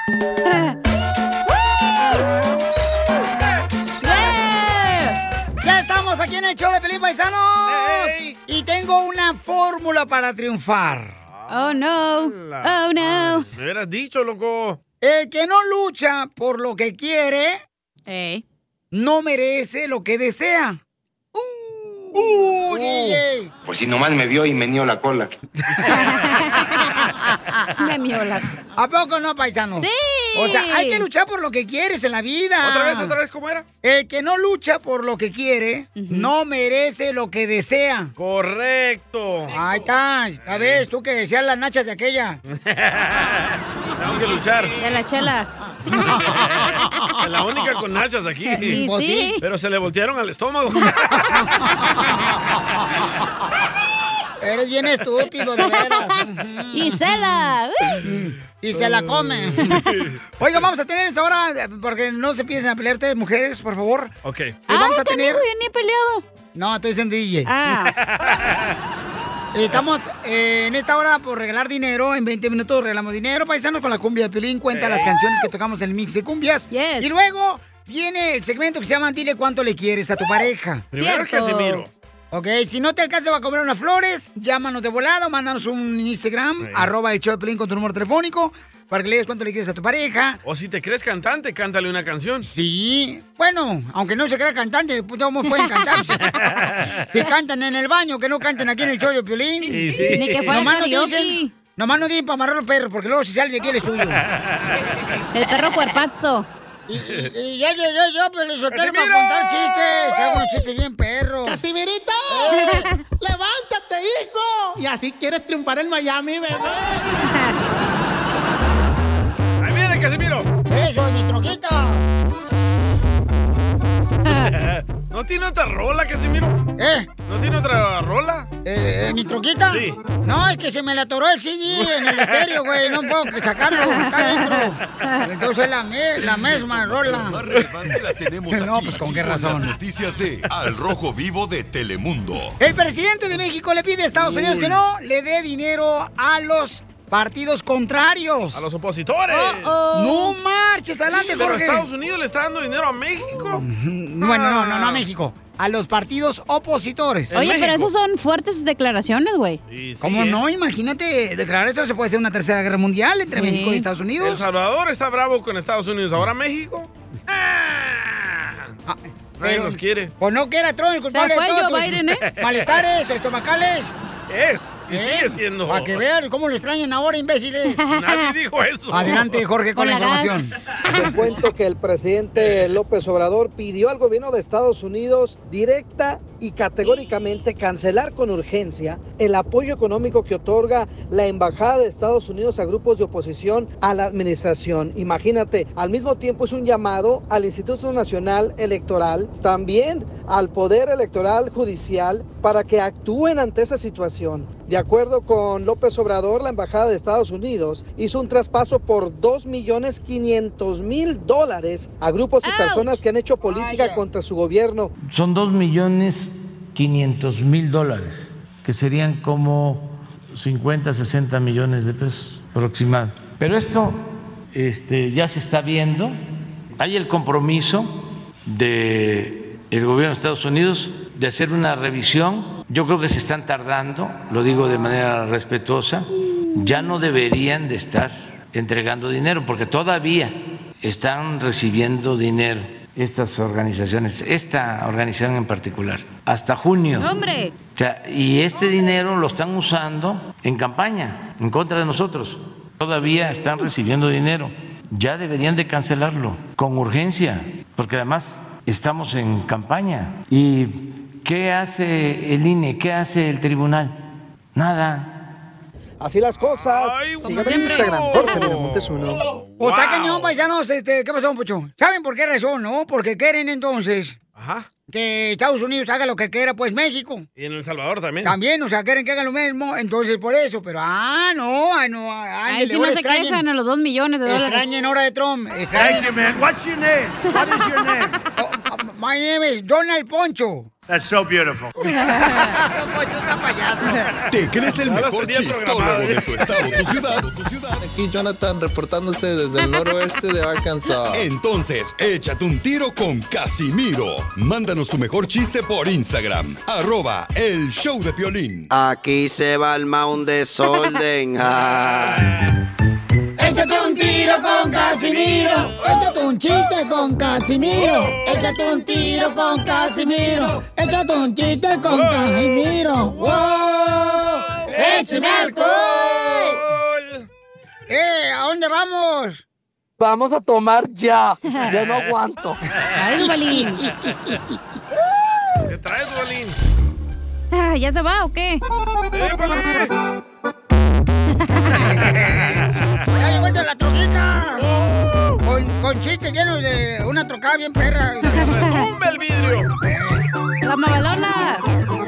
Ya estamos aquí en el show de Pelín, paisanos. Hey. Y tengo una fórmula para triunfar. Oh, no. Oh, no. Me hubieras dicho, loco. El que no lucha por lo que quiere, no merece lo que desea. DJ. Pues si nomás me vio y me nió la cola. Me mió la... ¿A poco no, paisanos? ¡Sí! O sea, hay que luchar por lo que quieres en la vida. Otra vez, ¿cómo era? El que no lucha por lo que quiere, no merece lo que desea. Correcto. Ahí está. A ver, tú que deseas las nachas de aquella. Tengo que luchar. De la chela. Es la única con nachas aquí. Y Pues sí. Pero se le voltearon al estómago. Eres bien estúpido, de veras. Y cela. Y se la come. Oiga, vamos a tener esta hora, porque no se piensen a pelear ustedes, mujeres, por favor. Ok. Vamos a tener... Canijo, yo ni he peleado. No, estoy diciendo DJ. Ah. Estamos en esta hora por regalar dinero. En 20 minutos regalamos dinero. Paisanos, con la cumbia de Pilín. Cuenta las canciones que tocamos en el mix de cumbias. Yes. Y luego viene el segmento que se llama Dile cuánto le quieres a tu pareja. Primero Cierto. Casimiro. Ok, si no te alcanza a comer unas flores, llámanos de volada, mándanos un Instagram, @el show de Pilín con tu número telefónico, para que le digas cuánto le quieres a tu pareja. O si te crees cantante, cántale una canción. Sí, bueno, aunque no se crea cantante, pues todos pueden cantar. Que cantan en el baño, que no canten aquí en el show de Piolín. Sí, sí. Ni que fuera Nomás no karaoke. dicen- Nomás no dicen para amarrar los perros, porque luego se sale de aquí el estudio. El perro cuerpazo. Y ya llegué yo, pero les solté para contar chistes. Traigo unos chistes bien perros. ¡Casimirito! ¡Levántate, hijo! Y así quieres triunfar en Miami, bebé. ¡Ahí viene, Casimiro! Eso, mi troquita. ¿No tiene otra rola, Casimiro? ¿No tiene otra rola? ¿Mi troquita? Sí. No, es que se me le atoró el CD en el estéreo, güey. No puedo sacarlo acá adentro. Entonces es la misma rola. Más relevante la tenemos aquí. No, pues, ¿con qué razón? Las noticias de Al Rojo Vivo de Telemundo. El presidente de México le pide a Estados Unidos que no le dé dinero a los partidos contrarios. A los opositores. No marches, adelante, Pero Jorge. Estados Unidos le está dando dinero a México. Bueno, no a México. A los partidos opositores. Oye, pero México. esas son fuertes declaraciones, güey. Sí, sí, ¿Cómo no? Imagínate declarar eso. Se puede hacer una tercera guerra mundial entre Sí. México y Estados El Unidos. Salvador está bravo con Estados Unidos. Ahora México. Nadie nos quiere. Pues no que era Trump el culpable Se fue de todos Joe tus Biden, ¿eh? malestares estomacales. Y sigue siendo. Para que vean cómo lo extrañan ahora, imbéciles. Nadie dijo eso. Adelante, Jorge, con la información. Te cuento que el presidente López Obrador pidió al gobierno de Estados Unidos directa y categóricamente cancelar con urgencia el apoyo económico que otorga la Embajada de Estados Unidos a grupos de oposición a la administración. Imagínate, al mismo tiempo es un llamado al Instituto Nacional Electoral, también al Poder Electoral Judicial, para que actúen ante esa situación. De acuerdo con López Obrador, la Embajada de Estados Unidos hizo un traspaso por $2.500.000 a grupos y personas que han hecho política contra su gobierno. Son $2.500.000, que serían como 50, 60 millones de pesos aproximadamente. Pero esto ya se está viendo. Hay el compromiso del gobierno de Estados Unidos de hacer una revisión. Yo creo que se están tardando, lo digo de manera respetuosa. Ya no deberían de estar entregando dinero, porque todavía están recibiendo dinero estas organizaciones, esta organización en particular, hasta junio. ¡Hombre! O sea, y este dinero lo están usando en campaña, en contra de nosotros. Todavía están recibiendo dinero. Ya deberían de cancelarlo con urgencia, porque además estamos en campaña. ¿Y qué hace el INE? ¿Qué hace el tribunal? Nada. Así las cosas. Ay, Síganme en Instagram, Jorge Miramontes 1. O está cañón, paisanos, ¿qué pasó, Pocho? ¿Saben por qué razón, no? Porque quieren entonces Ajá. que Estados Unidos haga lo que quiera, pues México. Y en El Salvador también. También, o sea, quieren que hagan lo mismo, entonces por eso, pero Ahí sí no se quejan a los 2 millones de dólares. Extrañen hora de Trump. Thank you, man. What's your name? What is your name? My name is Donald Poncho. That's so beautiful. Poncho está payaso. ¿Te crees el Ahora mejor sería chistólogo programado. de tu estado, tu ciudad? ciudad. Aquí Jonathan reportándose desde el noroeste de Arkansas. Entonces, échate un tiro con Casimiro. Mándanos tu mejor chiste por Instagram. @El Show de Piolín. Aquí se va el un desorden. Échate un tiro con Casimiro. Échate un chiste con Casimiro. Échate un tiro con Casimiro. Échate un chiste con Casimiro. ¡Wow! ¡Échame alcohol! ¿A dónde vamos? Vamos a tomar ya. Yo no aguanto. Ay, Duvalín. ¿Qué traes, Duvalín? ¿Ya se va o qué? ¡Ya llegó la troquita! Con chistes llenos de una trocada bien perra. ¡Tumba el vidrio! ¡La mamalona!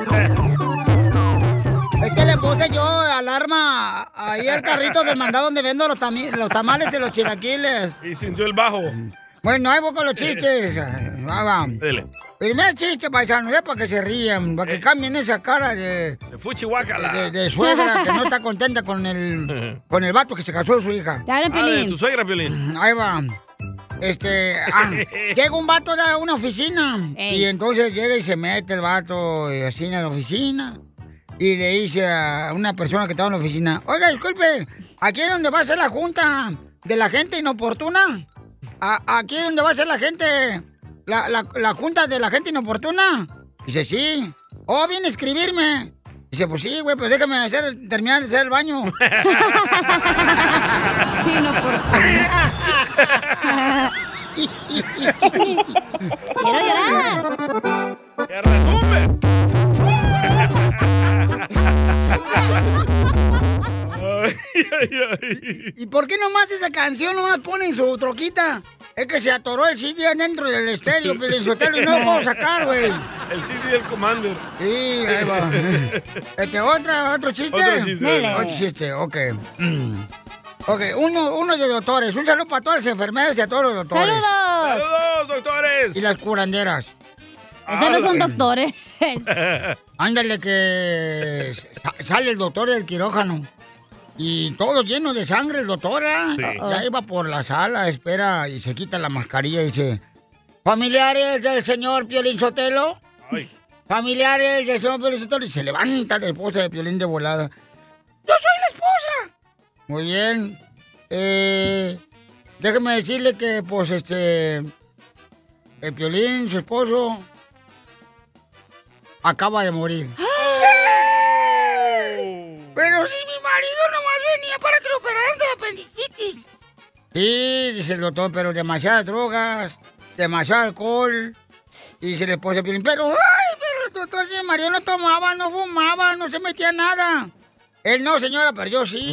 Es que le puse yo alarma ahí al carrito del mandado donde vendo los tamales y los chilaquiles. Y sintió el bajo. Bueno, ahí voy con los chistes. Va. Dele. Primer chiste, paisano, ya para que se rían, para que cambien esa cara de fuchihuacala. De suegra que no está contenta con el vato que se casó de su hija. Dale, Piolín. De tu suegra, Piolín. Ahí va. Llega un vato de una oficina. Y entonces llega y se mete el vato así en la oficina. Y le dice a una persona que estaba en la oficina: oiga, disculpe, ¿aquí es donde va a ser la junta de la gente inoportuna? ¿Aquí es donde va a ser la gente, la junta de la gente inoportuna? Dice, sí. Oh, viene a escribirme. Dice, pues sí, güey, pues déjame terminar de hacer el baño. Inoportuna. Quiero llorar. ¡Que retumbe! ¿Y por qué nomás esa canción nomás pone en su troquita? Es que se atoró el CD dentro del estéreo, Piolinsotelo, y no lo puedo sacar, güey. El CD del Commander. Sí, ahí va. ¿Otro chiste? Otro chiste. Otro chiste, ok. Ok, uno de doctores. Un saludo para todas las enfermeras y a todos los doctores. ¡Saludos! ¡Saludos, doctores! Y las curanderas. Esos no son doctores. Ándale, que sale el doctor del quirófano. Y todo lleno de sangre el doctor, ¿eh? Sí. Ya iba por la sala, espera, y se quita la mascarilla y dice: familiares del señor Piolín Sotelo. Ay. Familiares del señor Piolín Sotelo. Y se levanta la esposa de Piolín de volada. ¡Yo soy la esposa! Muy bien. Déjeme decirle que, pues, el Piolín, su esposo, acaba de morir. Pero si mi marido nomás venía para que lo operaran de la apendicitis. Sí, dice el doctor, pero demasiadas drogas, demasiado alcohol. Y dice la esposa de Piolín, pero el doctor, si mi marido no tomaba, no fumaba, no se metía nada. Él no, señora, pero yo sí.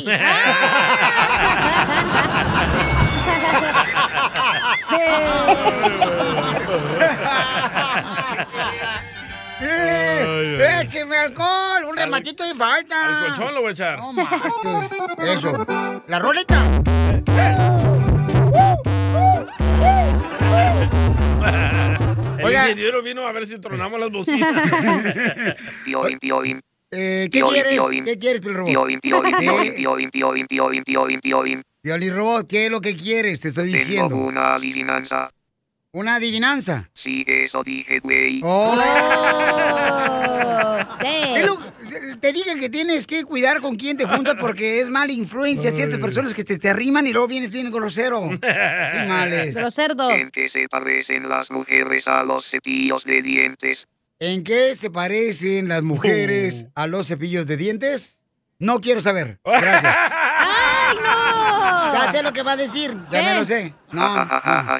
¡Écheme alcohol! ¡Un rematito de falta! Al colchón lo voy a echar. No marches. Eso. ¡La roleta! El ingeniero vino a ver si tronamos las bocinas. Piolín. ¿Qué quieres? ¿Qué quieres, Piolín Robot? Piolín Robot, ¿qué es lo que quieres? Te estoy diciendo. Tengo una adivinanza. ¿Una adivinanza? Sí, eso dije, güey. ¡Oh! Te dije que tienes que cuidar con quién te juntas porque es mala influencia ciertas personas que te arriman y luego vienes bien grosero. ¡Qué males! Groserdo. ¿En qué se parecen las mujeres a los cepillos de dientes? ¿En qué se parecen las mujeres a los cepillos de dientes? No quiero saber. Gracias. ¡Ay, no! Ya sé lo que va a decir. Ya me lo sé. No.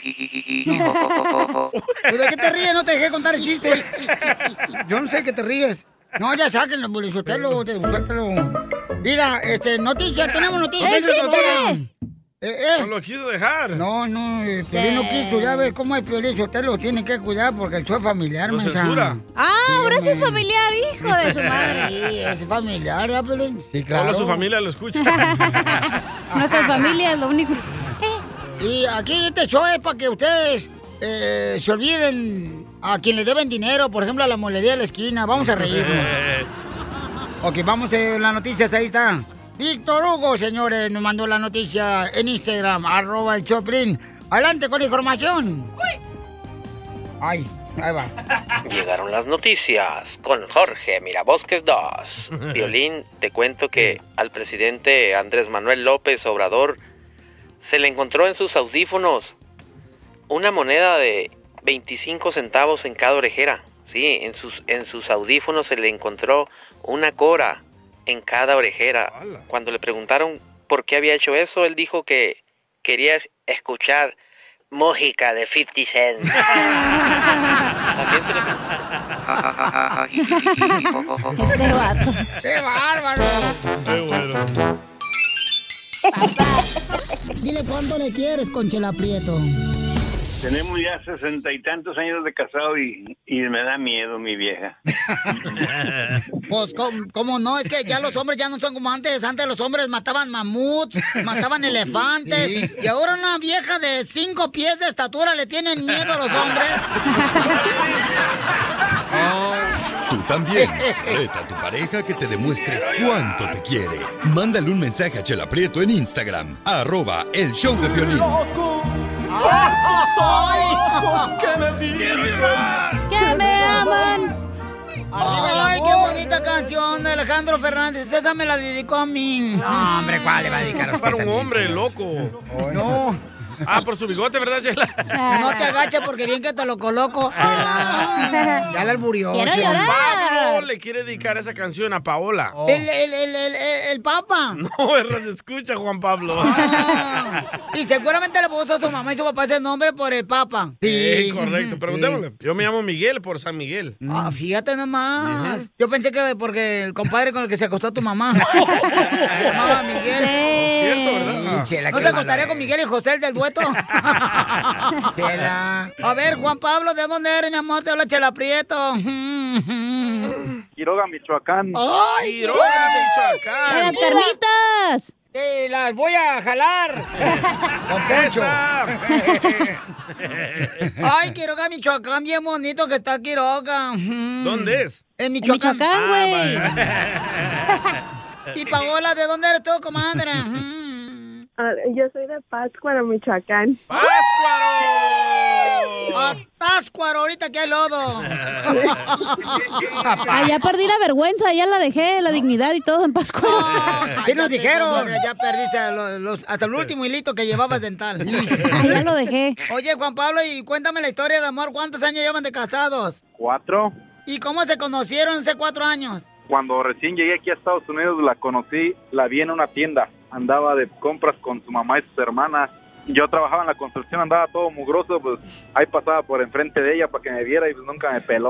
¿Pues de qué te ríes? No te dejé contar el chiste. Yo no sé qué te ríes. No, ya sáquenlo, Piolinsotelo. Mira, noticias. Tenemos noticias. ¡El chiste! No lo quiso dejar. No, Piolín no quiso. Ya ves cómo es Piolinsotelo. Tiene que cuidar porque el show es familiar. Lo censura. Ahora sí es familiar, hijo de su madre. Sí, es familiar, ¿ya, Piolín? Sí, claro. Solo su familia lo escucha. Nuestras familias, lo único. Y aquí este show es para que ustedes se olviden a quien le deben dinero, por ejemplo, a la molería de la esquina. Vamos a reírnos. Ok, vamos a las noticias, ahí está. Víctor Hugo, señores, nos mandó la noticia en Instagram, @el Choplin. Adelante con la información. Ay, ahí va. Llegaron las noticias con Jorge Mirabosques 2. Violín, te cuento que al presidente Andrés Manuel López Obrador se le encontró en sus audífonos una moneda de 25 centavos en cada orejera. Sí, en sus audífonos se le encontró una cora en cada orejera. Cuando le preguntaron por qué había hecho eso, él dijo que quería escuchar música de 50 Cent. También se le Este vato. ¡Qué bárbaro! Qué bueno. Dile cuánto le quieres, Conchela Prieto. Tenemos ya 60 y tantos años de casado y me da miedo mi vieja. Pues, ¿cómo no? Es que ya los hombres ya no son como antes. Antes los hombres mataban mamuts, mataban elefantes. Sí. Y ahora una vieja de 5 pies de estatura le tienen miedo a los hombres. Tú también. Reta a tu pareja que te demuestre cuánto te quiere. Mándale un mensaje a Chela Prieto en Instagram, @el show de Violín. ¡Ojos que me dicen ¡Que me aman! ¡Ay, qué bonita canción de Alejandro Fernández! Esa me la dedicó a mí. No, hombre, ¿cuál le va a dedicar? Es para un hombre, loco. No. Ah, por su bigote, ¿verdad, Chela? No te agaches porque bien que te lo coloco. Ya la alburió. Quiero Chela. llorar. Pablo le quiere dedicar esa canción a Paola. Oh. El Papa. No, se escucha, Juan Pablo. Y seguramente le puso a su mamá y su papá ese nombre por el Papa. Sí, correcto. Preguntémosle. Yo me llamo Miguel por San Miguel. Ah, fíjate nomás. Yo pensé que porque el compadre con el que se acostó tu mamá se llamaba Miguel. Sí. ¿Cierto, verdad? Chela, ¿no se acostaría con Miguel y José, el del dueto? Chela. A ver, Juan Pablo, ¿de dónde eres, mi amor? Te habla Chela Prieto. Quiroga, Michoacán. ¡Ay, Quiroga, Michoacán! ¡De las carnitas! Las voy a jalar. Con Poncho. Ay, Quiroga, Michoacán, bien bonito que está Quiroga. ¿Dónde es? En Michoacán. En Michoacán, güey. Y Paola, ¿de dónde eres tú, comadre? Yo soy de Pátzcuaro, Michoacán. ¡Pátzcuaro! ¡Pátzcuaro! Ahorita que hay lodo. Ya perdí la vergüenza, ya la dejé, la dignidad y todo en Pátzcuaro. ¿Qué nos dijeron? Ya perdiste hasta el último hilito que llevabas dental. Ya lo dejé. Oye, Juan Pablo, y cuéntame la historia de amor. ¿Cuántos años llevan de casados? 4. ¿Y cómo se conocieron hace 4 años? Cuando recién llegué aquí a Estados Unidos la conocí, la vi en una tienda. Andaba de compras con su mamá y sus hermanas. Yo trabajaba en la construcción, andaba todo mugroso, pues ahí pasaba por enfrente de ella para que me viera y pues nunca me peló.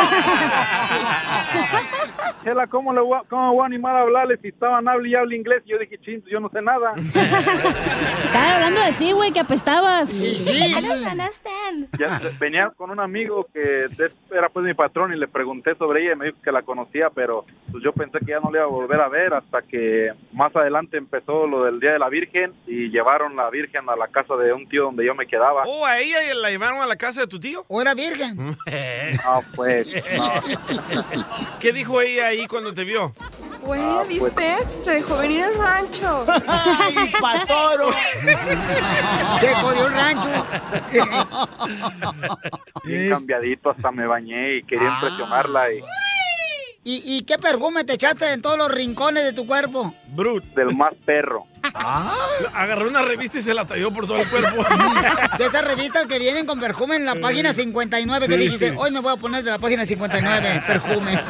Chela, ¿cómo voy a animar a hablarle si estaban hable y hable inglés? Y yo dije, chin, yo no sé nada. Estaban hablando de ti, güey, que apestabas. Sí. Ya, venía con un amigo que era pues mi patrón y le pregunté sobre ella y me dijo que la conocía, pero pues yo pensé que ya no le iba a volver a ver hasta que más adelante empezó lo del Día de la Virgen y llevaron la Virgen a la casa de un tío donde yo me quedaba. Oh, ¿a ella la llevaron a la casa de tu tío? ¿O era virgen? No, pues, no. ¿Qué dijo ella ahí cuando te vio? Güey, ¿viste? Se dejó venir al rancho. ¡Ay, patoro! ¡Te jodió el rancho! Bien cambiadito, hasta me bañé y quería impresionarla. ¿Y qué perfume te echaste en todos los rincones de tu cuerpo? Brut. Del más perro. Agarró una revista y se la talló por todo el cuerpo. De esas revistas que vienen con perfume en la página 59, que dijiste, hoy me voy a poner de la página 59, perfume.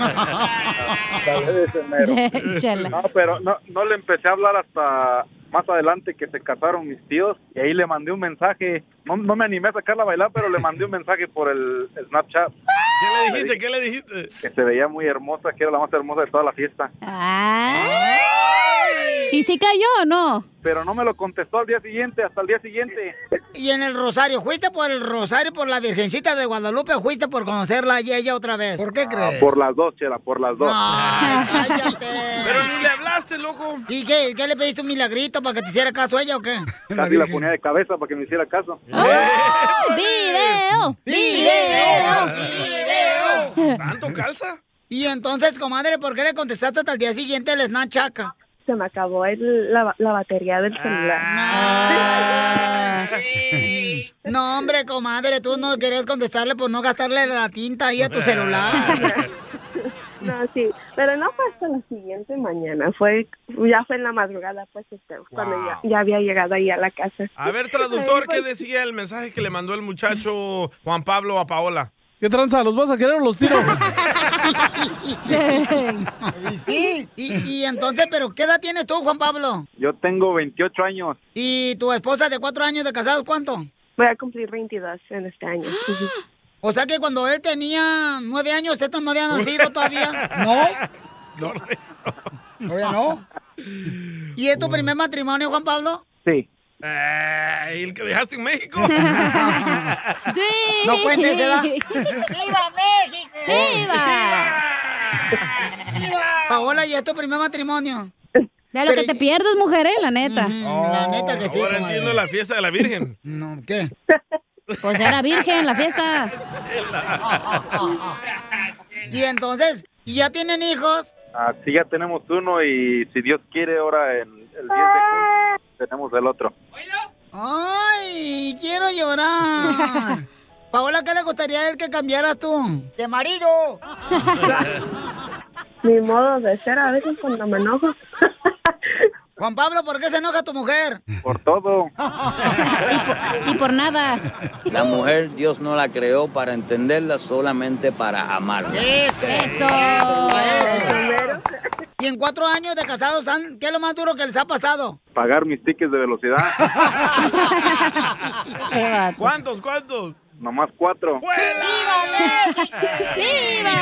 No, pero no le empecé a hablar hasta más adelante que se casaron mis tíos y ahí le mandé un mensaje. No me animé a sacarla a bailar, pero le mandé un mensaje por el Snapchat. ¿Qué le dijiste? Que se veía muy hermosa, que era la más hermosa de toda la fiesta. ¿Y si cayó o no? Pero no me lo contestó al día siguiente, hasta el día siguiente. ¿Y en el Rosario? ¿Fuiste por el Rosario, por la Virgencita de Guadalupe o fuiste por conocerla y ella otra vez? ¿Por qué crees? Por las dos, Chela, por las dos. Ay, cállate. Pero ni le hablaste, loco. ¿Y qué le pediste un milagrito para que te hiciera caso a ella o qué? Casi la ponía de cabeza para que me hiciera caso. ¡Video! ¿Tanto calza? Y entonces, comadre, ¿por qué le contestaste hasta el día siguiente el Snapchat? se me acabó la batería del celular. No, hombre, comadre, tú no querías contestarle por no gastarle la tinta ahí a tu celular. No, sí, pero no fue hasta la siguiente mañana, ya fue en la madrugada, pues, cuando ya había llegado ahí a la casa. A ver, traductor, ¿qué decía el mensaje que le mandó el muchacho Juan Pablo a Paola? ¿Qué tranza? ¿Los vas a querer o los tiro? Sí. Y entonces, ¿pero qué edad tienes tú, Juan Pablo? Yo tengo 28 años. ¿Y tu esposa de 4 años de casados, cuánto? Voy a cumplir 22 en este año. O sea que cuando él tenía 9 años, estos no habían nacido todavía. ¿No? Todavía no. ¿Y es tu primer matrimonio, Juan Pablo? Sí. ¿Y el que dejaste en México? No cuentes, ¿verdad? ¡Viva México! ¡Viva! Paola, ¿y es tu primer matrimonio? De lo que te pierdes, mujer, la neta. La neta que sí. Ahora entiendo la fiesta de la Virgen. No, ¿qué? Pues era virgen la fiesta. Y entonces, ¿ya tienen hijos? Sí, ya tenemos uno y si Dios quiere, ahora el 10 de junio tenemos el otro. ¡Ay, quiero llorar! Paola, ¿qué le gustaría a él que cambiaras tú? ¡De marido! Mi modo de ser, a veces cuando me enojo. Juan Pablo, ¿por qué se enoja tu mujer? Por todo. y por nada. La mujer Dios no la creó para entenderla, solamente para amarla. ¡Eso! Y en 4 años de casados, ¿qué es lo más duro que les ha pasado? Pagar mis tickets de velocidad. ¿Cuántos? Nomás 4. ¡Viva!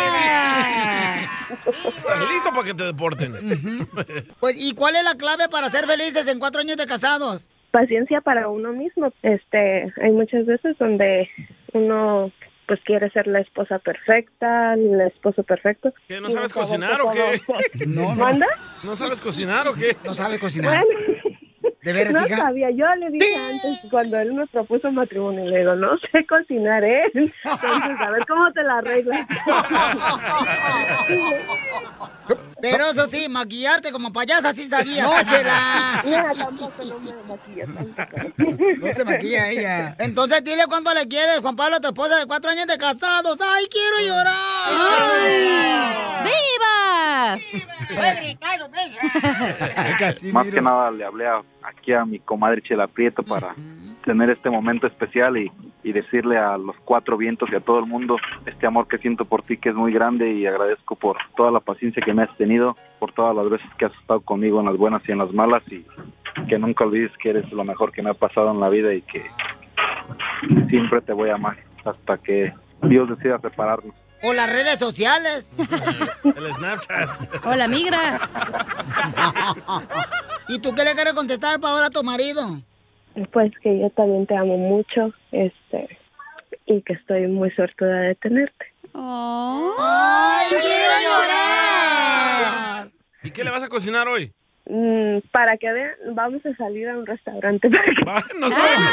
¿Estás listo para que te deporten? Pues, ¿y cuál es la clave para ser felices en 4 años de casados? Paciencia para uno mismo. Hay muchas veces donde uno pues quiere ser la esposa perfecta, el esposo perfecto. ¿Qué, no sabes cocinar o qué? ¿Manda? ¿No sabes cocinar o qué? No sabe cocinar. Bueno, ¿de veras, no hija? sabía, yo le dije antes, cuando él me propuso matrimonio, le digo, no sé cocinar, entonces a ver cómo te la arreglas. Pero eso sí, maquillarte como payasa sí sabía. ¡No, Chela! Mira, tampoco no me maquilla tanto. No se maquilla ella. Entonces dile cuánto le quieres, Juan Pablo, a tu esposa de 4 años de casados. ¡Ay, quiero llorar! ¡Viva! Más que nada le hablé aquí a mi comadre Chela Prieto para tener este momento especial y decirle a los 4 vientos y a todo el mundo este amor que siento por ti, que es muy grande, y agradezco por toda la paciencia que me has tenido, por todas las veces que has estado conmigo en las buenas y en las malas, y que nunca olvides que eres lo mejor que me ha pasado en la vida y que siempre te voy a amar hasta que Dios decida separarnos. O las redes sociales. El Snapchat. O la migra. ¿Y tú qué le quieres contestar para ahora a tu marido? Pues que yo también te amo mucho, y que estoy muy suertuda de tenerte. Oh. ¡Ay, quiero llorar! ¿Y qué le vas a cocinar hoy? Para que vean, vamos a salir a un restaurante. No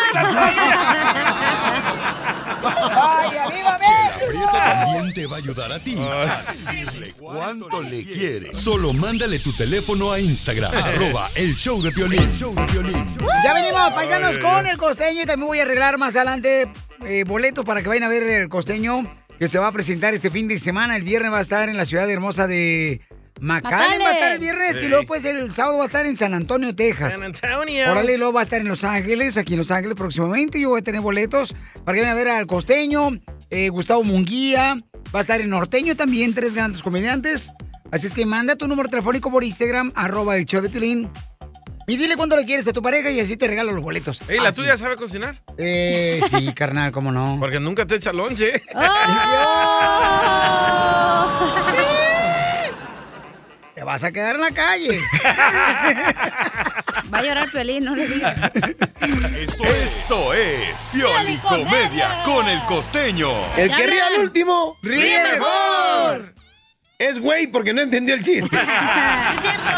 ¡Ay, arriba, Chela Prieto también te va a ayudar a ti a decirle cuánto le quieres. Solo mándale tu teléfono a Instagram, @elshowdepiolín. Ya venimos, paisanos, con el Costeño, y también voy a arreglar más adelante boletos para que vayan a ver el Costeño, que se va a presentar este fin de semana. El viernes va a estar en la ciudad hermosa de McAllen, va a estar el viernes, sí. Y luego pues el sábado va a estar en San Antonio, Texas. San Antonio. Órale, y luego va a estar en Los Ángeles, aquí en Los Ángeles próximamente. Yo voy a tener boletos para que vayan a ver al Costeño, Gustavo Munguía, va a estar en Norteño también, 3 grandes comediantes. Así es que manda tu número telefónico por Instagram, @elshowdepiolín. Y dile cuánto le quieres a tu pareja y así te regalo los boletos. Ey, ¿la tuya sabe cocinar? Sí, carnal, ¿cómo no? Porque nunca te echa lonche. Te vas a quedar en la calle. Va a llorar Piolín, no le digas. Esto es Piolicomedia con el Costeño. El que ríe al último, ríe mejor. Es güey porque no entendió el chiste. Es cierto.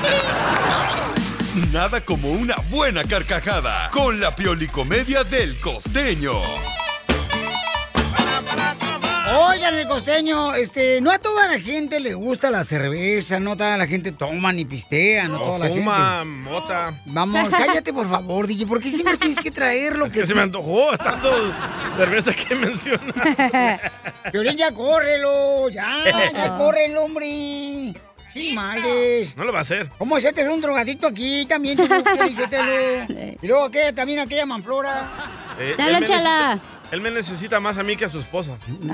Nada como una buena carcajada con la Piolicomedia del Costeño. Oigan, el costeño, no a toda la gente le gusta la cerveza, no toda la gente toma ni pistea, no toda la gente. Fuma, mota. Vamos, cállate por favor, DJ, ¿por qué siempre tienes que traer lo que se me antojó, tanto cerveza que menciona. Piolín, ya córrelo, ya córrelo, hombre. Sí, males. No lo va a hacer. ¿Cómo hacerte un drogadicto aquí también? Y luego, ¿qué? También aquella manflora. Dale, chala. Él me necesita más a mí que a su esposa. Por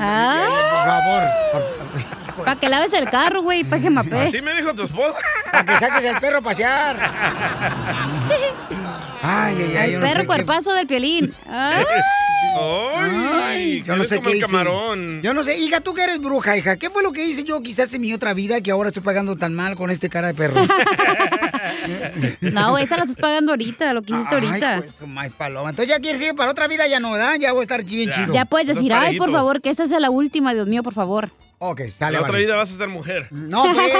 favor. Para que laves el carro, güey, para que mapes. Así me dijo tu esposa. Para que saques el perro a pasear. El perro cuerpazo del Piolín. Ay, yo no sé qué hice. Camarón. Yo no sé, hija, tú que eres bruja, hija, ¿qué fue lo que hice yo quizás en mi otra vida que ahora estoy pagando tan mal con este cara de perro? No, esta la estás pagando ahorita, lo que hiciste ahorita. Ay, pues, my paloma. Entonces ya quieres ir para otra vida, ya no, ¿verdad? Ya voy a estar bien chido. Ya puedes decir, ay, por favor, que esa sea la última, Dios mío, por favor. Ok, sale. La otra vida vas a ser mujer. No, pues.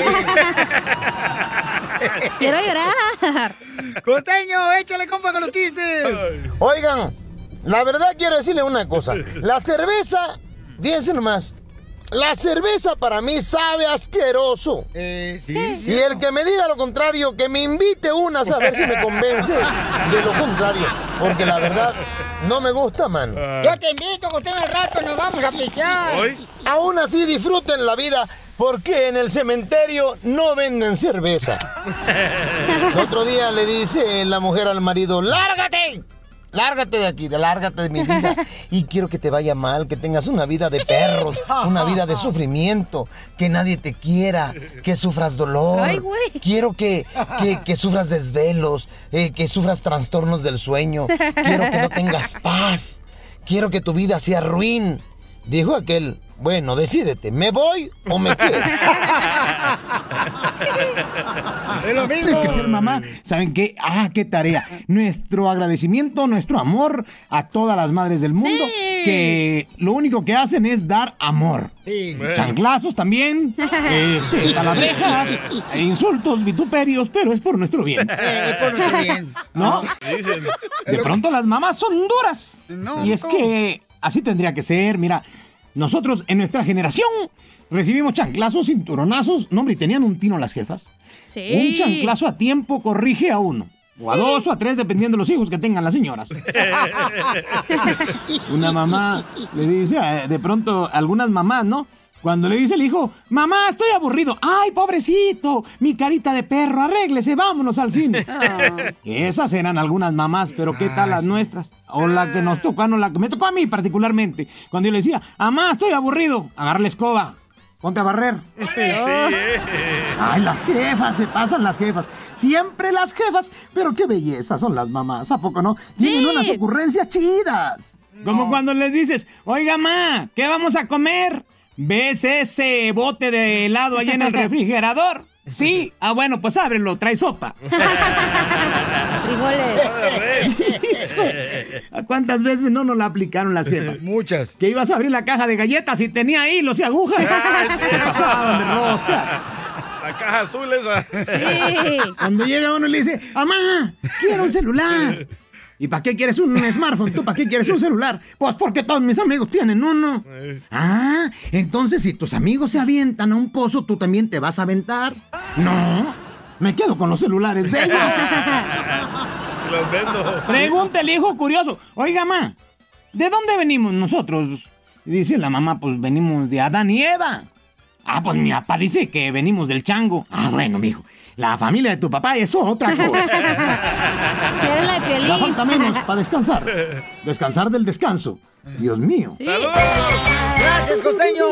Quiero llorar. Costeño, échale, compa, con los chistes. Oigan, la verdad quiero decirle una cosa. La cerveza, fíjense nomás, la cerveza para mí sabe asqueroso. Sí. Y el que me diga lo contrario, que me invite unas a ver si me convence de lo contrario. Porque la verdad, no me gusta, man. Yo te invito, Costeño, al rato nos vamos a pichar. Aún así disfruten la vida, porque en el cementerio no venden cerveza. El otro día le dice la mujer al marido, ¡lárgate! Lárgate de aquí, lárgate de mi vida. Y quiero que te vaya mal, que tengas una vida de perros, una vida de sufrimiento, que nadie te quiera, que sufras dolor. Ay, güey. Quiero que sufras desvelos, que sufras trastornos del sueño. Quiero que no tengas paz. Quiero que tu vida sea ruin. Dijo aquel, bueno, decídete, ¿me voy o me quedo? Es lo mismo. Tienes que ser mamá. ¿Saben qué? ¡Qué tarea! Nuestro agradecimiento, nuestro amor a todas las madres del mundo, que lo único que hacen es dar amor. Sí. Chanclazos también, palabrejas, insultos, vituperios, pero es por nuestro bien. Es por nuestro bien. ¿No? Dicen. De pronto las mamás son duras. No, y es que así tendría que ser. Mira, nosotros en nuestra generación recibimos chanclazos, cinturonazos. No, hombre, y tenían un tino las jefas. Sí. Un chanclazo a tiempo corrige a uno. O a dos o a tres, dependiendo de los hijos que tengan las señoras. Una mamá le dice, de pronto, algunas mamás, ¿no? Cuando le dice el hijo, mamá, estoy aburrido. ¡Ay, pobrecito! Mi carita de perro, arréglese, vámonos al cine. Esas eran algunas mamás, pero ¿qué tal las nuestras? O la que nos tocó, no, la que me tocó a mí particularmente. Cuando yo le decía, mamá, estoy aburrido, agarra la escoba. Ponte a barrer. Ay, las jefas, se pasan las jefas. Siempre las jefas, pero qué belleza son las mamás, ¿a poco no? Tienen unas ocurrencias chidas. Como cuando les dices, oiga, ma, ¿qué vamos a comer? ¿Ves ese bote de helado allá en el refrigerador? Sí. Bueno, pues ábrelo, trae sopa. Frijoles. ¿Cuántas veces no nos la aplicaron las jefas? Muchas. Que ibas a abrir la caja de galletas y tenía hilos y agujas. Se pasaban de rosca. La caja azul esa. Sí. Cuando llega uno y le dice, mamá, quiero un celular. ¿Y para qué quieres un smartphone? ¿Tú para qué quieres un celular? Pues porque todos mis amigos tienen uno. Entonces si tus amigos se avientan a un pozo, ¿tú también te vas a aventar? No, me quedo con los celulares de ellos. Los vendo. Pregunta el hijo curioso. Oiga, ma, ¿de dónde venimos nosotros? Y dice la mamá, pues venimos de Adán y Eva. Pues mi papá dice que venimos del chango. Bueno, mijo, la familia de tu papá es otra cosa. Era la de Piolín. Ya falta menos para descansar. Descansar del descanso. Dios mío. Sí. ¡Gracias, costeño!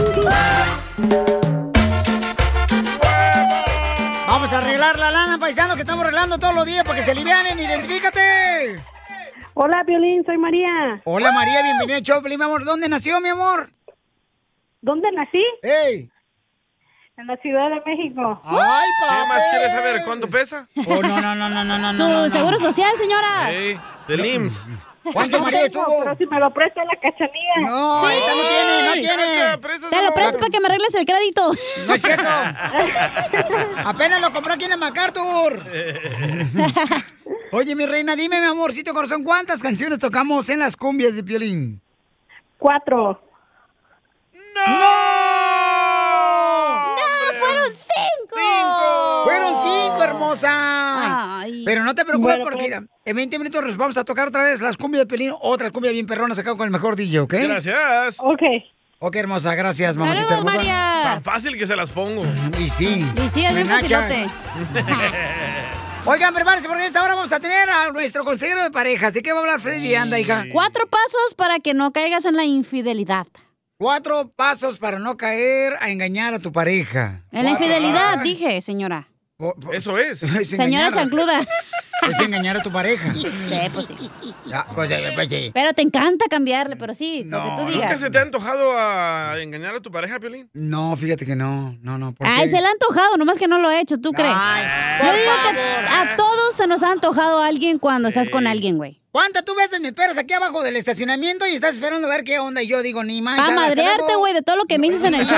Vamos a arreglar la lana, paisano, que estamos arreglando todos los días para que se alivianen. ¡Identifícate! Hola, Piolín, soy María. Hola, María, bienvenida al show, Piolín, mi amor. ¿Dónde nació, mi amor? ¿Dónde nací? ¡Ey! En la Ciudad de México. ¡Ay, papá! ¿Qué más quieres saber? ¿Cuánto pesa? No. Su seguro social, señora. Del IMSS. ¿Cuánto, María, tuvo? Pero si me lo presta la Cachanilla. No, Sí. esta no tiene. Te lo presto para que me arregles el crédito. No es cierto. Apenas lo compró aquí en el MacArthur. Oye, mi reina, dime, mi amorcito corazón, ¿cuántas canciones tocamos en las cumbias de Piolín? 4. ¡Fueron 5! ¡Fueron 5, hermosa! Ay. Pero no te preocupes Bueno, porque mira, en 20 minutos nos vamos a tocar otra vez las cumbias de Piolín, otra cumbia bien perrona sacada con el mejor DJ, ¿ok? Gracias. Ok. Ok, hermosa, gracias, mamacita ¡Saludos, hermosa. María! Tan fácil que se las pongo. Y sí. Y sí, es bien Menacha. facilote. Oigan, prepárense porque esta hora vamos a tener a nuestro consejero de parejas. ¿De qué va a hablar Freddy? Anda, hija. 4 pasos para que no caigas en la infidelidad. 4 pasos para no caer a engañar a tu pareja. En la infidelidad, dije, señora. Eso es. Señora chancluda. Es engañar a tu pareja. Sí, pues sí. Ya, pues sí. Pero te encanta cambiarle, pero sí, lo que tú ¿Nunca digas. se te ha antojado a engañar a tu pareja, Piolín? No, fíjate que no. ¿por Ay, qué? se le ha antojado, nomás que no lo he hecho, ¿tú crees? Ay, Yo por digo que favor. a todos se nos ha antojado a alguien cuando estás con alguien, güey. ¿Cuántas tú ves en mis perros aquí abajo del estacionamiento y estás esperando a ver qué onda? Y yo digo, ni más. A madrearte, güey, de todo lo que me dices en el show.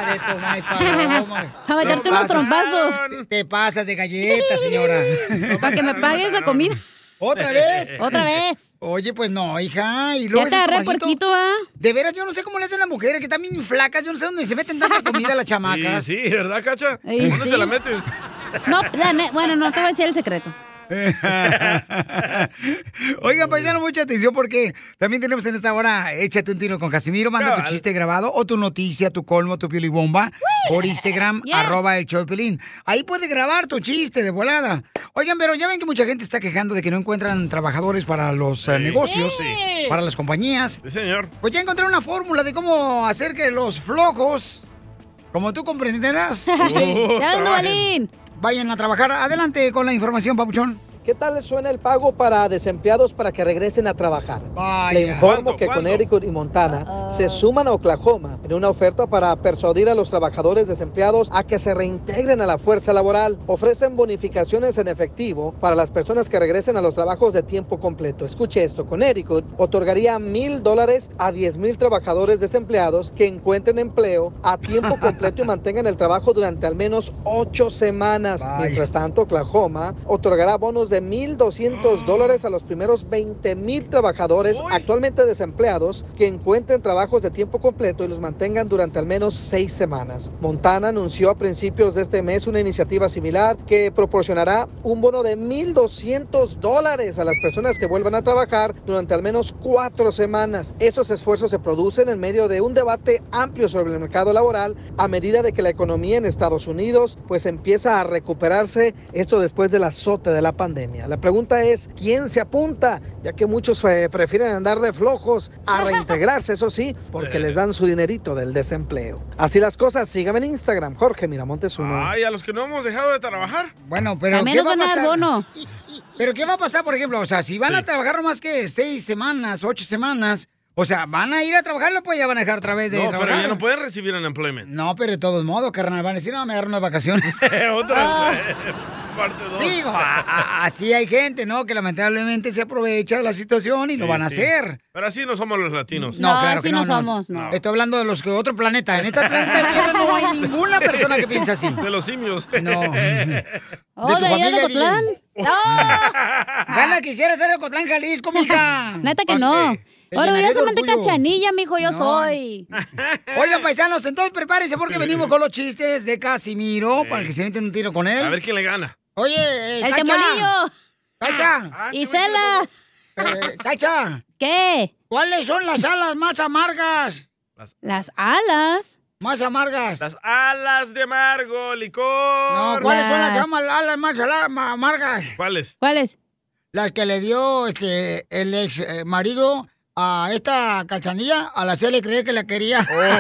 A meterte unos trompazos. Te pasas de galletas, señora. Para que me pagues la comida. ¿Otra vez? Otra vez. Oye, pues no, hija. Y luego Ya te ese agarré estómaguito. puerquito, ¿ah? De veras, yo no sé cómo le hacen las mujeres, que están bien flacas. Yo no sé dónde se meten tanta comida las chamacas. Sí, ¿verdad, Cacha? Y ¿Dónde sí. te la metes? No, bueno, no te voy a decir el secreto. Oigan, paisano, mucha atención porque también tenemos en esta hora Échate un tiro con Casimiro. Manda tu chiste grabado o tu noticia, tu colmo, tu piolibomba por Instagram, Yes. @el show de Piolín. Ahí puedes grabar tu chiste de volada. Oigan, pero ya ven que mucha gente está quejando de que no encuentran trabajadores para los negocios, Sí. para las compañías. Sí, señor. Pues ya encontré una fórmula de cómo hacer que los flojos, como tú comprenderás, Te hablan, Duvalín. vayan a trabajar. Adelante con la información, papuchón. ¿Qué tal les suena el pago para desempleados para que regresen a trabajar? Vaya. Le informo ¿Cuánto? que Connecticut y Montana se suman a Oklahoma en una oferta para persuadir a los trabajadores desempleados a que se reintegren a la fuerza laboral. Ofrecen bonificaciones en efectivo para las personas que regresen a los trabajos de tiempo completo. Escuche esto, Connecticut otorgaría $1,000 a 10,000 trabajadores desempleados que encuentren empleo a tiempo completo y mantengan el trabajo durante al menos 8 semanas. Vaya. Mientras tanto, Oklahoma otorgará bonos de $1,200 a los primeros 20,000 trabajadores actualmente desempleados que encuentren trabajos de tiempo completo y los mantengan durante al menos 6 semanas. Montana anunció a principios de este mes una iniciativa similar que proporcionará un bono de $1,200 a las personas que vuelvan a trabajar durante al menos 4 semanas. Esos esfuerzos se producen en medio de un debate amplio sobre el mercado laboral a medida de que la economía en Estados Unidos pues empieza a recuperarse, esto después del azote de la pandemia. La pregunta es, ¿quién se apunta? Ya que muchos prefieren andar de flojos a reintegrarse, eso sí, porque les dan su dinerito del desempleo. Así las cosas, síganme en Instagram, Jorge Miramontes 1. Ay, a los que no hemos dejado de trabajar. Bueno, pero También ¿qué nos va a van a dar pasar? bono. Pero ¿qué va a pasar, por ejemplo? O sea, si van a trabajar no más que 6 semanas, 8 semanas, o sea, ¿van a ir a trabajar o pues ya van a dejar otra vez de No, trabajar? pero ya no pueden recibir unemployment. No, pero de todos modos, carnal, van a decir, no, me agarro unas vacaciones. Otra parte 2. Digo, así hay gente, ¿no? Que lamentablemente se aprovecha de la situación y lo van a hacer. Pero así no somos los latinos. No, claro así que no somos, no. Estoy hablando de los que otro planeta. En este planeta Tierra no hay ninguna persona que piense así. De los simios. No. Oh, de allá de Ocotlán. Gana, quisiera ser de Ocotlán, Jalisco, mija. Neta que Pa' no. te Orgullosamente llenaría de orgullo. Cachanilla, mijo, yo No. soy. Oigan, paisanos, entonces prepárense porque venimos con los chistes de Casimiro para que se meten un tiro con él. A ver quién le gana. Oye, El Cacha. temolillo. Cacha. Isela. Cacha. ¿Qué? ¿Cuáles son las alas más amargas? Las alas. Más amargas. Las alas de amargo, licor. No, ¿cuáles son las alas más amargas? ¿Cuáles? ¿Cuáles? Las que le dio el ex marido a esta Cachanilla, a la le creía que la quería.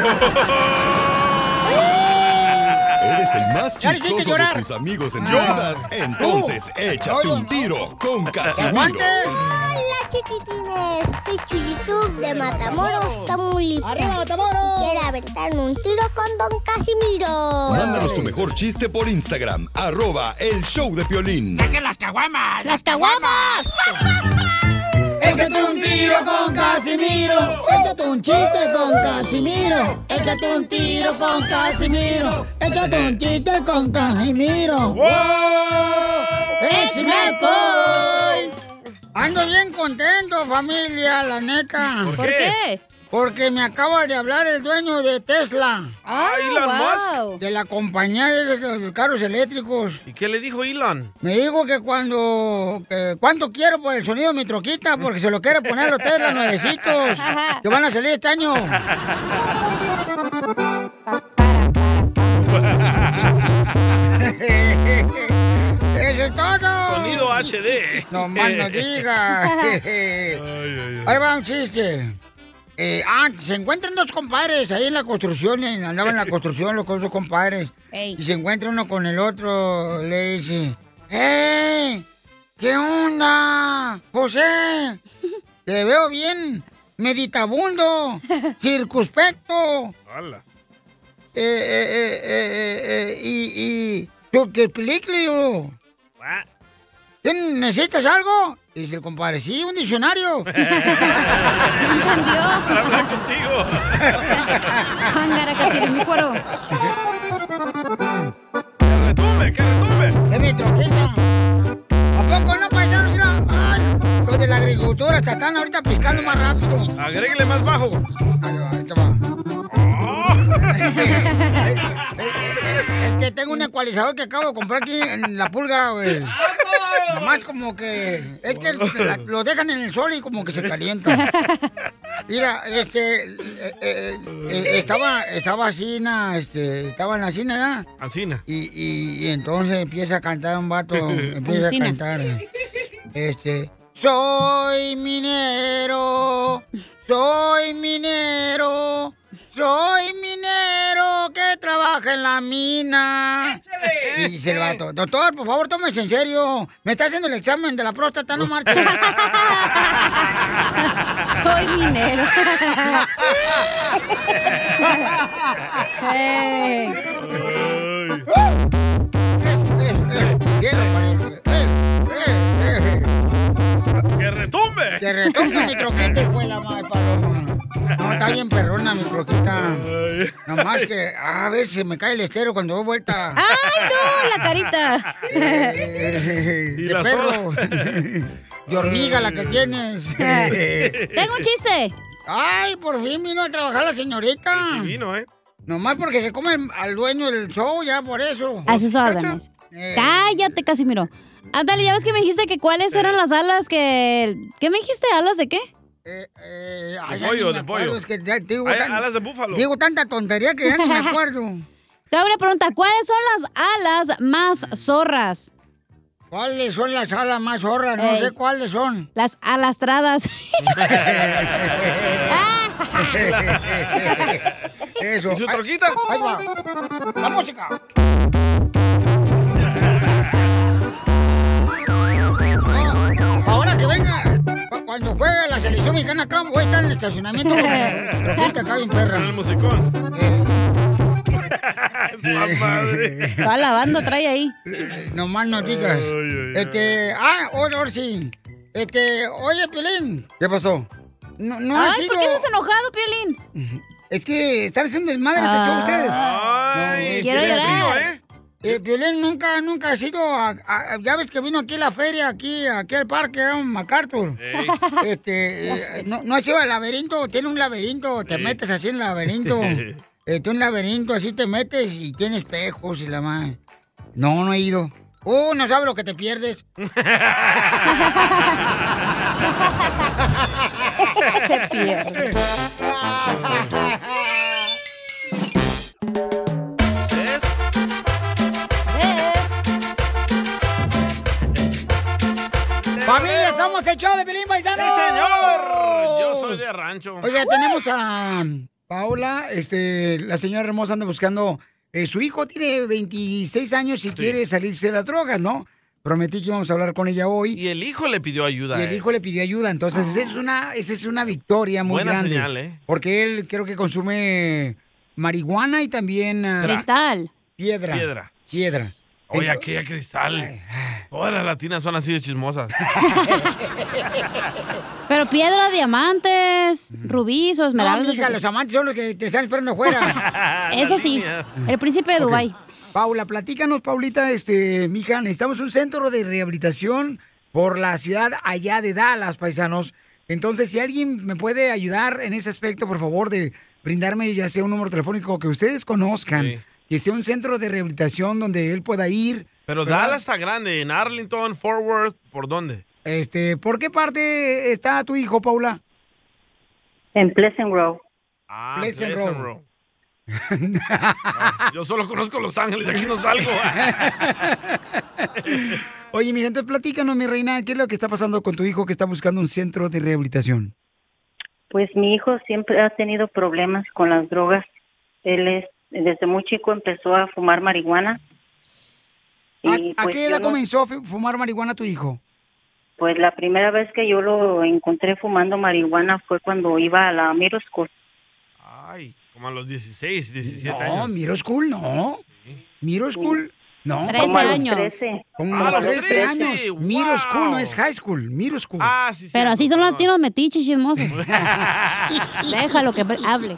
Eres el más Ya le hiciste chistoso de llorar. tus amigos en tu ciudad. Entonces, échate un tiro con Casimiro. Hola chiquitines, soy Chuyitub de Matamoros, Tamaulipas. ¡Arriba, Matamoros! Quiero aventarme un tiro con Don Casimiro. Mándanos tu mejor chiste por Instagram, @el show de Piolín. ¡Saquen las caguamas! ¡Las caguamas! Échate un tiro con Casimiro. Échate un chiste con Casimiro. Échate un tiro con Casimiro. Échate un chiste con Casimiro. ¡Wow! ¡Échame alcohol! Ando bien contento, familia, la neta. ¿Por qué? Porque me acaba de hablar el dueño de Tesla. Elon Musk. De la compañía de los carros eléctricos. ¿Y qué le dijo Elon? Me dijo que cuánto quiero por el sonido de mi troquita, porque se lo quiere poner a los Tesla nuevecitos, que van a salir este año. ¡Eso es todo! Sonido HD. No más no digas. Ahí va un chiste. Se encuentran dos compadres ahí en la construcción, andaban en la construcción los dos compadres. Y se encuentra uno con el otro, le dice, ¡hey! ¿Qué onda, José? Te veo bien meditabundo, circunspecto. Hola. Y tú, ¿qué película? ¿Necesitas algo? Dice el compadre, sí, un diccionario. ¿Entendió? Habla contigo. Angaracatirmícuaro. ¡Que retumbe! ¡Es mi troquita! ¿A poco no, paisanos? Mira, los de la agricultura hasta están ahorita piscando más rápido. Agréguele más bajo. Ahí te va. Es que tengo un ecualizador que acabo de comprar aquí en La Pulga, güey. Nomás como que... Es que lo dejan en el sol y como que se calienta. Mira, estaba así, estaba en la cina ya. Ancina. Y entonces empieza a cantar un vato, empieza a cantar. Soy minero, soy minero, soy minero que trabaja en la mina. Y dice el vato, doctor, por favor, tómese en serio. Me está haciendo el examen de la próstata, no marches. Soy minero. Hey. ¡Que retumbe! ¡Que retumbe mi troquita, hijo de la madre paloma! No, está bien perrona mi troquita. Nomás que a veces se me cae el estero cuando doy vuelta. ¡Ay, no! La carita. De perro. De hormiga la que tienes. Tengo un chiste. ¡Ay, por fin vino a trabajar la señorita! Sí vino, Nomás porque se come al dueño del show, ya por eso. A sus órdenes. Cállate, Casimiro. Ándale, ya ves que me dijiste que cuáles eran las alas que... ¿Qué me dijiste? ¿Alas de qué? De pollo. Es que digo alas de búfalo. Digo tanta tontería que ya no me acuerdo. Te hago una pregunta. ¿Cuáles son las alas más zorras? ¿Cuáles son las alas más zorras? No sé cuáles son. Las alastradas. Eso. ¿Y su troquita? Ahí va. La música. Ahora que venga, cuando juegue la selección mexicana acá, voy a estar en el estacionamiento. Troquita acá bien perra. En el musicón. Toda la banda trae ahí. No más no digas. Ahora sí. Oye, Piolín. ¿Qué pasó? No ¿por qué estás enojado, Piolín? Es que están haciendo desmadre este show ustedes. Ay, quiero llorar. Piolín nunca ha sido... ya ves que vino aquí a la feria, aquí al parque, MacArthur. No ha sido al laberinto, tiene un laberinto, te metes así en el laberinto. Un laberinto, así te metes y tiene espejos y la madre. No he ido. No sabes lo que te pierdes. Te pierdes. ¡Familia, somos el show de Piolín, paisanos! ¡Sí, señor! Yo soy de rancho. Oiga, tenemos a Paula, la señora hermosa anda buscando... su hijo tiene 26 años y quiere salirse de las drogas, ¿no? Prometí que íbamos a hablar con ella hoy. Y el hijo le pidió ayuda. Entonces, esa es una victoria muy grande. Buena señal, Porque él creo que consume marihuana y también... Cristal. Piedra. Oye, aquella Cristal. Todas las latinas son así de chismosas. Pero piedra, diamantes, rubíes o esmeraldas. No, los amantes son los que te están esperando afuera. Eso sí, el príncipe de Dubái. Paula, platícanos, Paulita, mija, necesitamos un centro de rehabilitación por la ciudad allá de Dallas, paisanos, Entonces, si alguien me puede ayudar en ese aspecto, por favor, de brindarme ya sea un número telefónico que ustedes conozcan, Sí. que sea un centro de rehabilitación donde él pueda ir. Pero ¿verdad? Dallas está grande. En Arlington, Fort Worth, ¿por dónde? ¿Por qué parte está tu hijo, Paula? En Pleasant Grove. Ah, Pleasant Pleasant Grove. Grove. Yo solo conozco Los Ángeles, de aquí no salgo. Oye, mira, entonces platícanos, mi reina, ¿qué es lo que está pasando con tu hijo que está buscando un centro de rehabilitación? Pues mi hijo siempre ha tenido problemas con las drogas. Desde muy chico empezó a fumar marihuana. ¿A pues qué yo edad no- comenzó a fumar marihuana tu hijo? Pues la primera vez que yo lo encontré fumando marihuana fue cuando iba a la Middle School. Ay, como a los 16, 17 No, años. Middle School no. Middle School no. 13 Como a los años. 13. Como Ah, a los los 13 13, años. wow. Middle School no es high school, Middle School. Ah, sí, Pero así son los latinos metiches chismosos. Déjalo Déjalo que hable.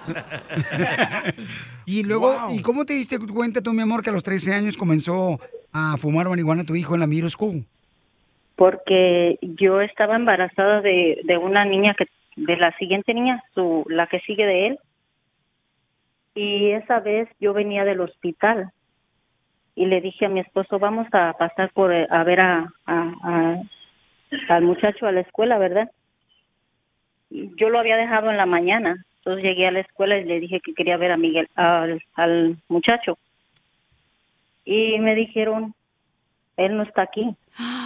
Y luego, Wow. ¿y cómo te diste cuenta tú, mi amor, que a los 13 años comenzó a fumar marihuana tu hijo en la Middle School? Porque yo estaba embarazada de una niña de la siguiente niña, la que sigue de él. Y esa vez yo venía del hospital y le dije a mi esposo, vamos a pasar a ver al muchacho a la escuela, ¿verdad? Y yo lo había dejado en la mañana, entonces llegué a la escuela y le dije que quería ver a Miguel, al muchacho. Y me dijeron, él no está aquí.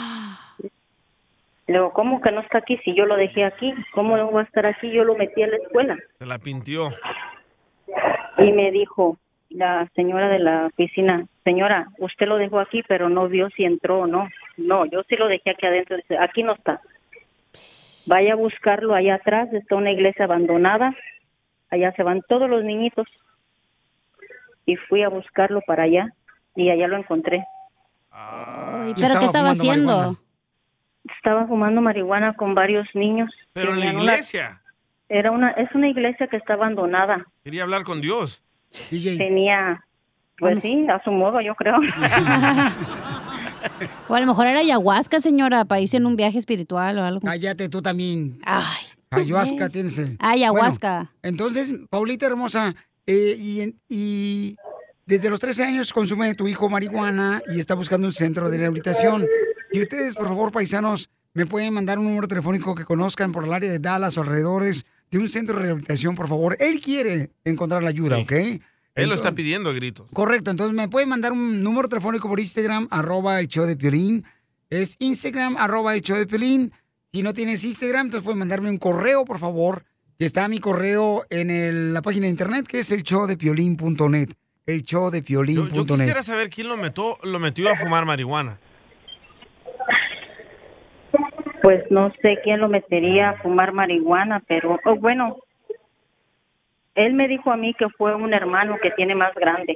Le digo, ¿cómo que no está aquí si yo lo dejé aquí? ¿Cómo no va a estar aquí? Yo lo metí a la escuela. Se la pintió. Y me dijo la señora de la oficina, señora, usted lo dejó aquí, pero no vio si entró o no. No, yo sí lo dejé aquí adentro. Dice, aquí no está. Vaya a buscarlo allá atrás, está una iglesia abandonada. Allá se van todos los niñitos. Y fui a buscarlo para allá y allá lo encontré. Ay, ¿pero qué estaba haciendo? marihuana. Estaba fumando marihuana con varios niños. Pero en la Tenían una- iglesia. es una iglesia que está abandonada. Quería hablar con Dios. Tenía, pues sí, a su modo, yo creo. O a lo mejor era ayahuasca, señora, para irse en un viaje espiritual o algo. Cállate tú también. Ay. Ayahuasca ¿ves? tienes. Ayahuasca. Bueno, entonces, Paulita hermosa, y desde los 13 años consume tu hijo marihuana y está buscando un centro de rehabilitación. Y ustedes, por favor, paisanos, me pueden mandar un número telefónico que conozcan por el área de Dallas o alrededores de un centro de rehabilitación, por favor. Él quiere encontrar la ayuda, ¿ok? Él lo está pidiendo a gritos. Correcto, entonces me pueden mandar un número telefónico por Instagram, @el show de Piolín. Es Instagram, @el show de Piolín. Si no tienes Instagram, entonces pueden mandarme un correo, por favor, que está mi correo en la página de internet, que es elshowdepiolín.net. Elshowdepiolín.net. Yo quisiera saber quién lo metió a fumar marihuana. Pues no sé quién lo metería a fumar marihuana, pero bueno, él me dijo a mí que fue un hermano que tiene más grande.